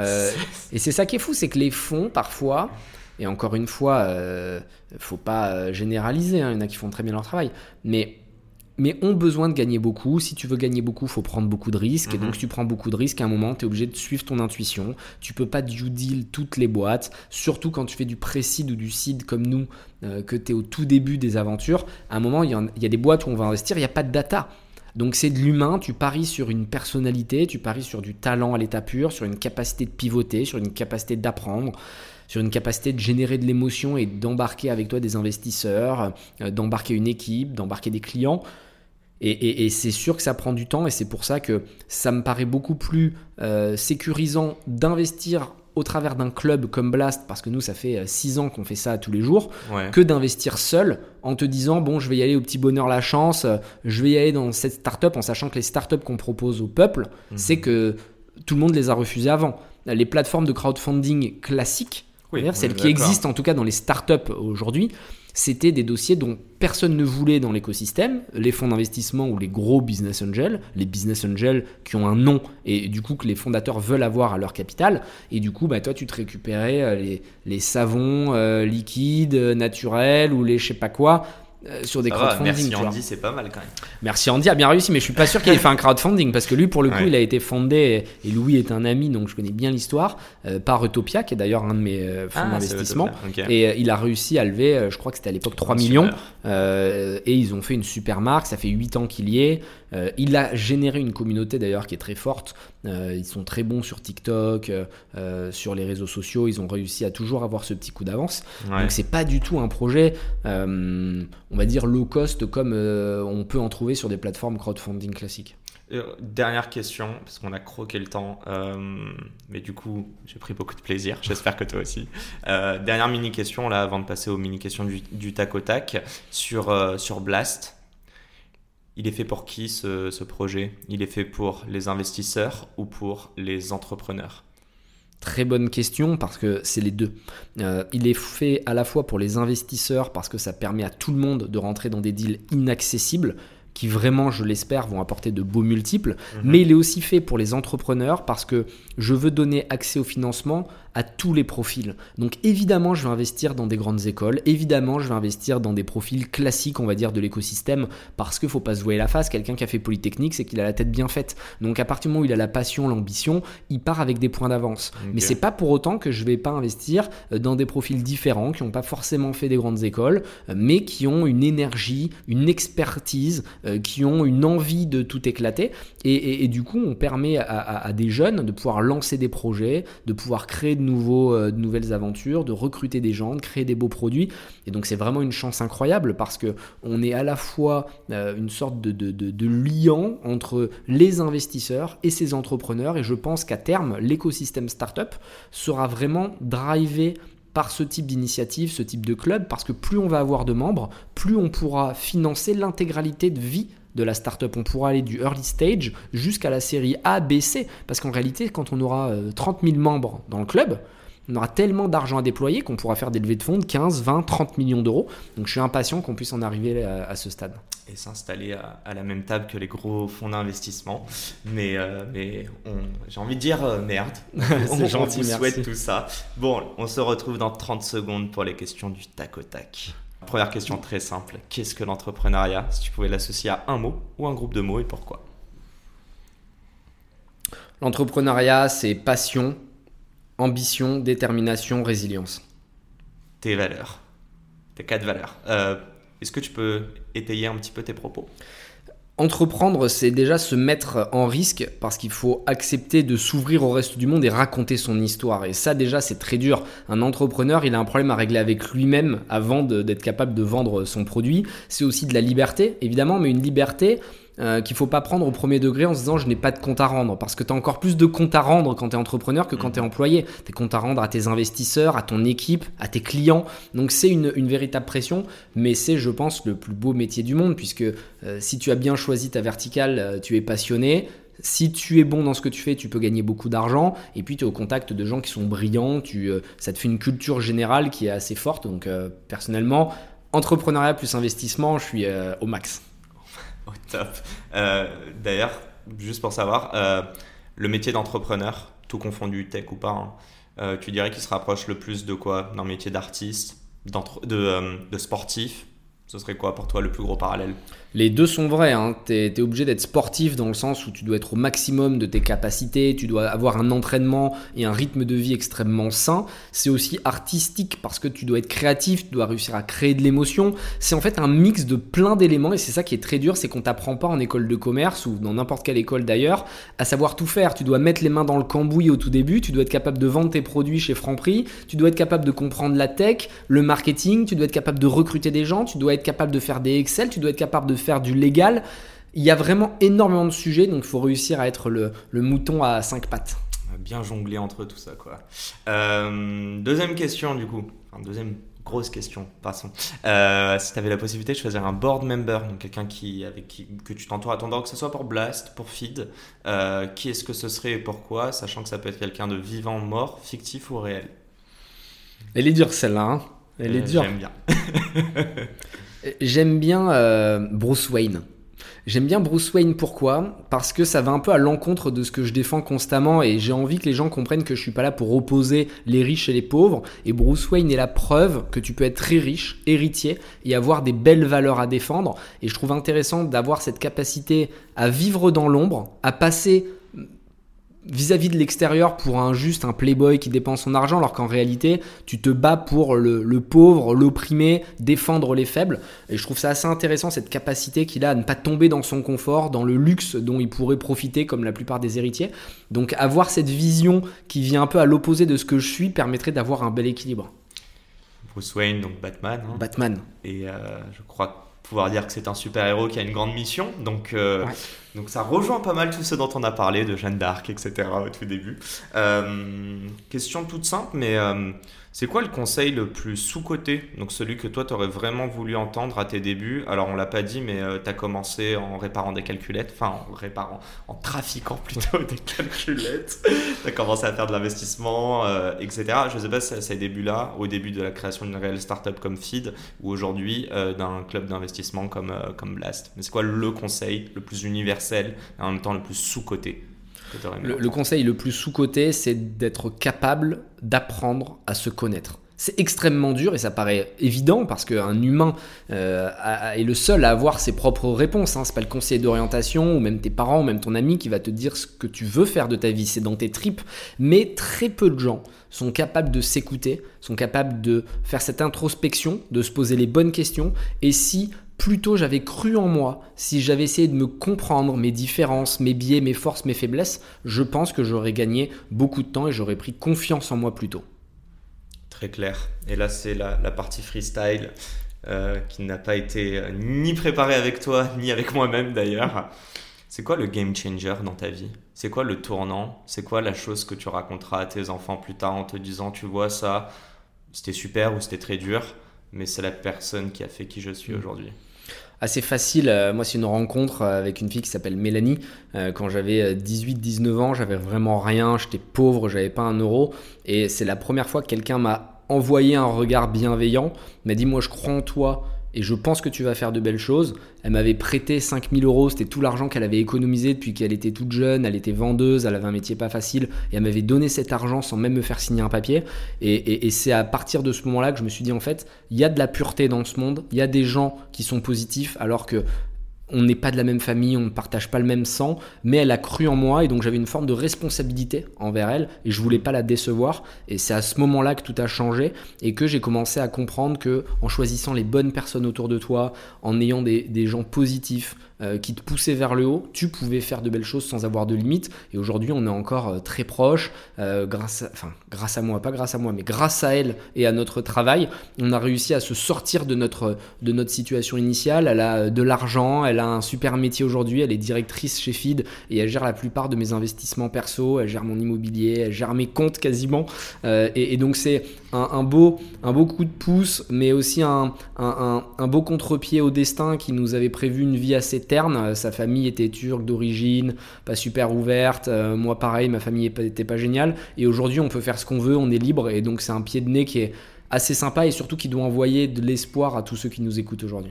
Et c'est ça qui est fou, c'est que les fonds, parfois... Et encore une fois, faut pas généraliser, il y en a qui font très bien leur travail, mais ont besoin de gagner beaucoup. Si tu veux gagner beaucoup, il faut prendre beaucoup de risques. Et donc, si tu prends beaucoup de risques, à un moment, tu es obligé de suivre ton intuition. Tu peux pas due deal toutes les boîtes, surtout quand tu fais du pré-seed ou du seed comme nous, que tu es au tout début des aventures. À un moment, il y a des boîtes où on va investir, il n'y a pas de data. Donc c'est de l'humain, tu paries sur une personnalité, tu paries sur du talent à l'état pur, sur une capacité de pivoter, sur une capacité d'apprendre, sur une capacité de générer de l'émotion et d'embarquer avec toi des investisseurs, d'embarquer une équipe, d'embarquer des clients. Et c'est sûr que ça prend du temps et c'est pour ça que ça me paraît beaucoup plus sécurisant d'investir au travers d'un club comme Blast, parce que nous ça fait 6 ans qu'on fait ça tous les jours, que d'investir seul en te disant bon je vais y aller au petit bonheur la chance, je vais y aller dans cette startup en sachant que les startups qu'on propose au peuple, c'est que tout le monde les a refusées avant. Les plateformes de crowdfunding classiques, celles qui existent en tout cas dans les startups aujourd'hui, c'était des dossiers dont personne ne voulait dans l'écosystème, les fonds d'investissement ou les gros business angels, les business angels qui ont un nom et du coup que les fondateurs veulent avoir à leur capital. Et du coup, toi, tu te récupérais les savons liquides, naturels ou les je sais pas quoi sur des crowdfunding. Merci Andy, c'est pas mal quand même. Merci Andy a bien réussi, mais je suis pas sûr qu'il ait fait un crowdfunding parce que lui, pour le coup, il a été fondé et Louis est un ami, donc je connais bien l'histoire, par Utopia, qui est d'ailleurs un de mes fonds d'investissement. Et il a réussi à lever, je crois que c'était à l'époque 3 millions. Et ils ont fait une super marque, ça fait 8 ans qu'il y est. Il a généré une communauté d'ailleurs qui est très forte. Ils sont très bons sur TikTok, sur les réseaux sociaux. Ils ont réussi à toujours avoir ce petit coup d'avance. Donc c'est pas du tout un projet, on va dire low cost comme on peut en trouver sur des plateformes crowdfunding classiques. Dernière question, parce qu'on a croqué le temps, mais du coup j'ai pris beaucoup de plaisir, j'espère que toi aussi. Dernière mini-question là avant de passer aux mini-questions du tac au tac sur Blast. Il est fait pour qui ce projet ? Il est fait pour les investisseurs ou pour les entrepreneurs ? Très bonne question parce que c'est les deux. Il est fait à la fois pour les investisseurs parce que ça permet à tout le monde de rentrer dans des deals inaccessibles qui vraiment, je l'espère, vont apporter de beaux multiples. Mais il est aussi fait pour les entrepreneurs parce que je veux donner accès au financement à tous les profils. Donc évidemment, je vais investir dans des grandes écoles. Évidemment, je vais investir dans des profils classiques, on va dire, de l'écosystème parce qu'il ne faut pas se voiler la face. Quelqu'un qui a fait Polytechnique, c'est qu'il a la tête bien faite. Donc à partir du moment où il a la passion, l'ambition, il part avec des points d'avance. Mais ce n'est pas pour autant que je ne vais pas investir dans des profils différents qui n'ont pas forcément fait des grandes écoles, mais qui ont une énergie, une expertise, qui ont une envie de tout éclater. Et du coup, on permet à des jeunes de pouvoir lancer des projets, de pouvoir créer de nouvelles aventures, de recruter des gens, de créer des beaux produits. Et donc, c'est vraiment une chance incroyable parce qu'on est à la fois une sorte de liant entre les investisseurs et ces entrepreneurs. Et je pense qu'à terme, l'écosystème startup sera vraiment drivé par ce type d'initiative, ce type de club, parce que plus on va avoir de membres, plus on pourra financer l'intégralité de vie de la startup. On pourra aller du early stage jusqu'à la série A, B, C, parce qu'en réalité, quand on aura 30 000 membres dans le club, on aura tellement d'argent à déployer qu'on pourra faire des levées de fonds de 15, 20, 30 millions d'euros. Donc je suis impatient qu'on puisse en arriver à ce stade. Et s'installer à la même table que les gros fonds d'investissement. Mais j'ai envie de dire merde. C'est gentil, on vous souhaite merci. tout ça. Bon, on se retrouve dans 30 secondes pour les questions du tac au tac. Première question très simple. Qu'est-ce que l'entrepreneuriat ? Si tu pouvais l'associer à un mot ou un groupe de mots et pourquoi ? L'entrepreneuriat, c'est passion, ambition, détermination, résilience. Tes valeurs. Tes 4 valeurs. Est-ce que tu peux étayer un petit peu tes propos ? Entreprendre, c'est déjà se mettre en risque parce qu'il faut accepter de s'ouvrir au reste du monde et raconter son histoire. Et ça, déjà, c'est très dur. Un entrepreneur, il a un problème à régler avec lui-même avant d'être capable de vendre son produit. C'est aussi de la liberté, évidemment, mais une liberté qu'il ne faut pas prendre au premier degré en se disant je n'ai pas de compte à rendre, parce que tu as encore plus de comptes à rendre quand tu es entrepreneur que quand tu es employé. Tu as compte à rendre à tes investisseurs, à ton équipe, à tes clients. Donc c'est une véritable pression, mais c'est, je pense, le plus beau métier du monde, puisque si tu as bien choisi ta verticale, tu es passionné. Si tu es bon dans ce que tu fais, tu peux gagner beaucoup d'argent, et puis tu es au contact de gens qui sont brillants, ça te fait une culture générale qui est assez forte. Donc personnellement, entrepreneuriat plus investissement, je suis au max. Au top. D'ailleurs, juste pour savoir, le métier d'entrepreneur, tout confondu, tech ou pas, tu dirais qu'il se rapproche le plus de quoi ? D'un métier d'artiste, de sportif ? Ce serait quoi pour toi le plus gros parallèle ? Les deux sont vrais, hein. Tu es obligé d'être sportif dans le sens où tu dois être au maximum de tes capacités, tu dois avoir un entraînement et un rythme de vie extrêmement sain. C'est aussi artistique parce que tu dois être créatif, tu dois réussir à créer de l'émotion. C'est en fait un mix de plein d'éléments et c'est ça qui est très dur, c'est qu'on t'apprend pas en école de commerce ou dans n'importe quelle école d'ailleurs à savoir tout faire. Tu dois mettre les mains dans le cambouis au tout début, tu dois être capable de vendre tes produits chez Franprix, tu dois être capable de comprendre la tech, le marketing, tu dois être capable de recruter des gens, tu dois être capable de faire des Excel, tu dois être capable de faire du légal. il y a vraiment énormément de sujets, donc il faut réussir à être le mouton à 5 pattes. Bien jongler entre tout ça, quoi. Deuxième question, du coup. Enfin, deuxième grosse question, passons. Si tu avais la possibilité de choisir un board member, donc quelqu'un que tu t'entoures à ton board, que ce soit pour Blast, pour Feed, qui est-ce que ce serait et pourquoi, sachant que ça peut être quelqu'un de vivant, mort, fictif ou réel? Elle est dure celle-là, hein. Elle est dure. J'aime bien. J'aime bien Bruce Wayne. J'aime bien Bruce Wayne, pourquoi ? Parce que ça va un peu à l'encontre de ce que je défends constamment et j'ai envie que les gens comprennent que je suis pas là pour opposer les riches et les pauvres. Et Bruce Wayne est la preuve que tu peux être très riche, héritier et avoir des belles valeurs à défendre. Et je trouve intéressant d'avoir cette capacité à vivre dans l'ombre, à passer vis-à-vis de l'extérieur pour un playboy qui dépense son argent, alors qu'en réalité, tu te bats pour le pauvre, l'opprimé, défendre les faibles. Et je trouve ça assez intéressant, cette capacité qu'il a à ne pas tomber dans son confort, dans le luxe dont il pourrait profiter comme la plupart des héritiers. Donc avoir cette vision qui vient un peu à l'opposé de ce que je suis permettrait d'avoir un bel équilibre. Bruce Wayne, donc Batman. Hein. Batman. Et je crois pouvoir dire que c'est un super-héros qui a une grande mission. Donc ça rejoint pas mal tout ce dont on a parlé, de Jeanne d'Arc, etc. au tout début. Question toute simple, mais c'est quoi le conseil le plus sous-coté? Donc celui que toi, tu aurais vraiment voulu entendre à tes débuts. Alors, on l'a pas dit, mais tu as commencé en réparant des calculettes. Enfin, en trafiquant plutôt des calculettes. Tu as commencé à faire de l'investissement, etc. Je sais pas si c'est à ces débuts-là, au début de la création d'une réelle startup comme Feed, ou aujourd'hui d'un club d'investissement comme Blast. Mais c'est quoi le conseil le plus universel et en même temps le plus sous-coté? Le conseil le plus sous-coté, c'est d'être capable d'apprendre à se connaître. C'est extrêmement dur et ça paraît évident parce qu'un humain est le seul à avoir ses propres réponses. Hein. C'est pas le conseiller d'orientation ou même tes parents ou même ton ami qui va te dire ce que tu veux faire de ta vie. C'est dans tes tripes. Mais très peu de gens sont capables de s'écouter, sont capables de faire cette introspection, de se poser les bonnes questions. Et si plutôt j'avais cru en moi, si j'avais essayé de me comprendre, mes différences, mes biais, mes forces, mes faiblesses, je pense que j'aurais gagné beaucoup de temps et j'aurais pris confiance en moi plus tôt. Très clair. Et là, c'est la partie freestyle qui n'a pas été ni préparée avec toi, ni avec moi-même d'ailleurs. C'est quoi le game changer dans ta vie? C'est quoi le tournant? C'est quoi la chose que tu raconteras à tes enfants plus tard en te disant, tu vois ça, c'était super ou c'était très dur, mais c'est la personne qui a fait qui je suis aujourd'hui? Assez facile, moi c'est une rencontre avec une fille qui s'appelle Mélanie. Quand j'avais 18-19 ans, j'avais vraiment rien, j'étais pauvre, j'avais pas un euro. Et c'est la première fois que quelqu'un m'a envoyé un regard bienveillant, m'a dit moi je crois en toi et je pense que tu vas faire de belles choses. Elle m'avait prêté 5 000 €, c'était tout l'argent qu'elle avait économisé depuis qu'elle était toute jeune, elle était vendeuse, elle avait un métier pas facile et elle m'avait donné cet argent sans même me faire signer un papier. Et c'est à partir de ce moment-là que je me suis dit en fait, il y a de la pureté dans ce monde, il y a des gens qui sont positifs alors que on n'est pas de la même famille, on ne partage pas le même sang, mais elle a cru en moi et donc j'avais une forme de responsabilité envers elle et je voulais pas la décevoir. Et c'est à ce moment-là que tout a changé et que j'ai commencé à comprendre que en choisissant les bonnes personnes autour de toi, en ayant des gens positifs qui te poussaient vers le haut, tu pouvais faire de belles choses sans avoir de limites. Et aujourd'hui, on est encore très proches, grâce à moi, pas grâce à moi, mais grâce à elle et à notre travail, on a réussi à se sortir de notre situation initiale. Elle a de l'argent, elle a un super métier aujourd'hui, elle est directrice chez Feed et elle gère la plupart de mes investissements perso, elle gère mon immobilier, elle gère mes comptes quasiment. Et donc c'est un beau coup de pouce, mais aussi un beau contre-pied au destin qui nous avait prévu une vie assez terne. Sa famille était turque d'origine, pas super ouverte. Moi pareil, ma famille était pas géniale. Et aujourd'hui, on peut faire ce qu'on veut, on est libre. Et donc c'est un pied de nez qui est assez sympa et surtout qui doit envoyer de l'espoir à tous ceux qui nous écoutent aujourd'hui.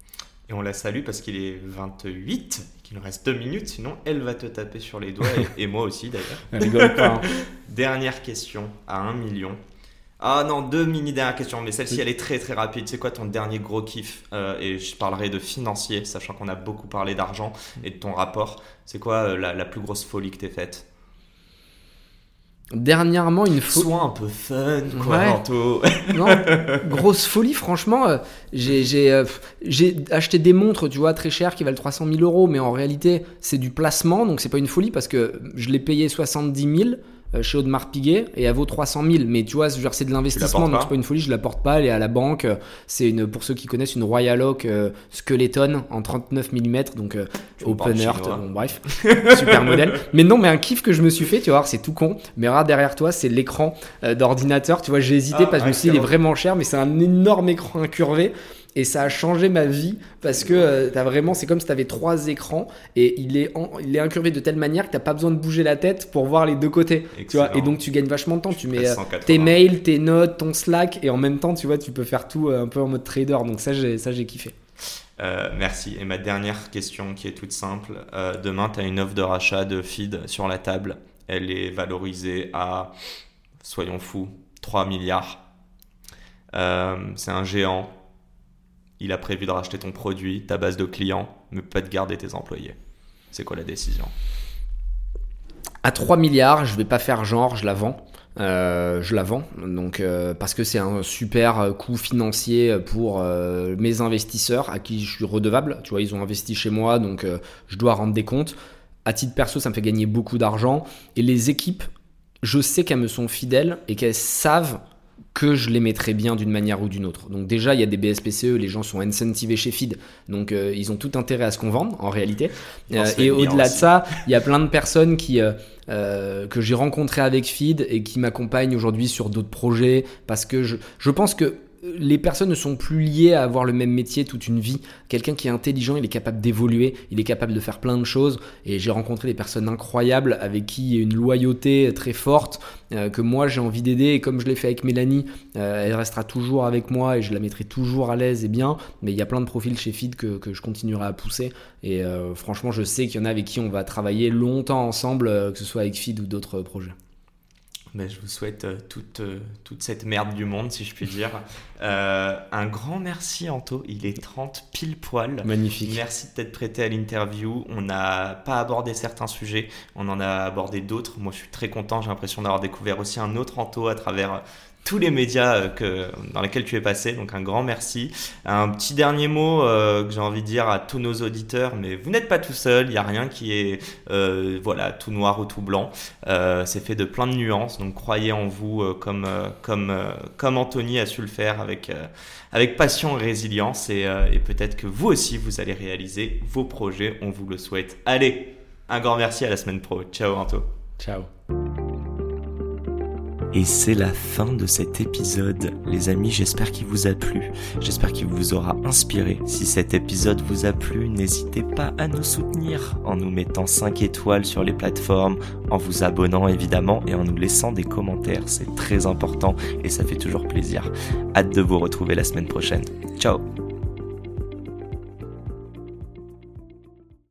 Et on la salue parce qu'il est 28, qu'il nous reste 2 minutes, sinon elle va te taper sur les doigts et moi aussi d'ailleurs. Elle rigole pas. Hein. Dernière question à 1 million. Ah non, 2 mini-dernières questions, mais celle-ci elle est très très rapide. C'est quoi ton dernier gros kiff et je parlerai de financier, sachant qu'on a beaucoup parlé d'argent et de ton rapport. C'est quoi la plus grosse folie que t'aies faite? Dernièrement, Sois un peu fun, quoi, ouais. Anto. Non, grosse folie, franchement. J'ai acheté des montres, tu vois, très chères qui valent 300 000 €, mais en réalité, c'est du placement, donc c'est pas une folie parce que je l'ai payé 70 000. chez Audemars Piguet et elle vaut 300 000. Mais tu vois, c'est de l'investissement, donc c'est pas une folie, je la porte pas, elle est à la banque. C'est pour ceux qui connaissent, une Royal Oak Skeleton en 39 mm, donc open earth, bon, bref, super modèle. Mais non, mais un kiff que je me suis fait, tu vois, c'est tout con. Mais regarde derrière toi, c'est l'écran d'ordinateur. Tu vois, j'ai hésité parce que je me suis dit, il est vraiment cher, mais c'est un énorme écran incurvé. Et ça a changé ma vie parce que c'est comme si tu avais 3 écrans et il est incurvé de telle manière que tu n'as pas besoin de bouger la tête pour voir les deux côtés. Tu vois, et donc tu gagnes vachement de temps. Tu mets tes mails, tes notes, ton Slack et en même temps, tu vois, tu peux faire tout un peu en mode trader. Donc ça, j'ai kiffé. Merci. Et ma dernière question qui est toute simple. Demain, tu as une offre de rachat de Feed sur la table. Elle est valorisée à, soyons fous, 3 milliards. C'est un géant. Il a prévu de racheter ton produit, ta base de clients, mais pas de garder tes employés. C'est quoi la décision ? À 3 milliards, je vais pas faire genre, je la vends. Donc, parce que c'est un super coût financier pour mes investisseurs à qui je suis redevable. Tu vois, ils ont investi chez moi, donc je dois rendre des comptes. À titre perso, ça me fait gagner beaucoup d'argent. Et les équipes, je sais qu'elles me sont fidèles et qu'elles savent que je les mettrai bien d'une manière ou d'une autre. Donc déjà, il y a des BSPCE, les gens sont incentivés chez Feed, donc ils ont tout intérêt à ce qu'on vende en réalité. Et au-delà de ça, il y a plein de personnes que j'ai rencontrées avec Feed et qui m'accompagnent aujourd'hui sur d'autres projets parce que je pense que les personnes ne sont plus liées à avoir le même métier toute une vie. Quelqu'un qui est intelligent, il est capable d'évoluer, il est capable de faire plein de choses. Et j'ai rencontré des personnes incroyables avec qui il y a une loyauté très forte que moi j'ai envie d'aider. Et comme je l'ai fait avec Mélanie, elle restera toujours avec moi et je la mettrai toujours à l'aise et bien. Mais il y a plein de profils chez Feed que je continuerai à pousser. Et franchement, je sais qu'il y en a avec qui on va travailler longtemps ensemble, que ce soit avec Feed ou d'autres projets. Ben, je vous souhaite toute cette merde du monde, si je puis dire. Un grand merci, Anto. Il est 30 pile poil. Magnifique. Merci de t'être prêté à l'interview. On n'a pas abordé certains sujets, on en a abordé d'autres. Moi, je suis très content. J'ai l'impression d'avoir découvert aussi un autre Anto à travers tous les médias dans lesquels tu es passé, donc un grand merci. Un petit dernier mot que j'ai envie de dire à tous nos auditeurs, mais vous n'êtes pas tout seul, il n'y a rien qui est tout noir ou tout blanc, c'est fait de plein de nuances, donc croyez en vous comme Anthony a su le faire avec passion et résilience, et peut-être que vous aussi vous allez réaliser vos projets, on vous le souhaite. Allez, un grand merci, à la semaine pro. Ciao Anto. Ciao. Et c'est la fin de cet épisode. Les amis, j'espère qu'il vous a plu. J'espère qu'il vous aura inspiré. Si cet épisode vous a plu, n'hésitez pas à nous soutenir en nous mettant 5 étoiles sur les plateformes, en vous abonnant évidemment et en nous laissant des commentaires. C'est très important et ça fait toujours plaisir. Hâte de vous retrouver la semaine prochaine. Ciao!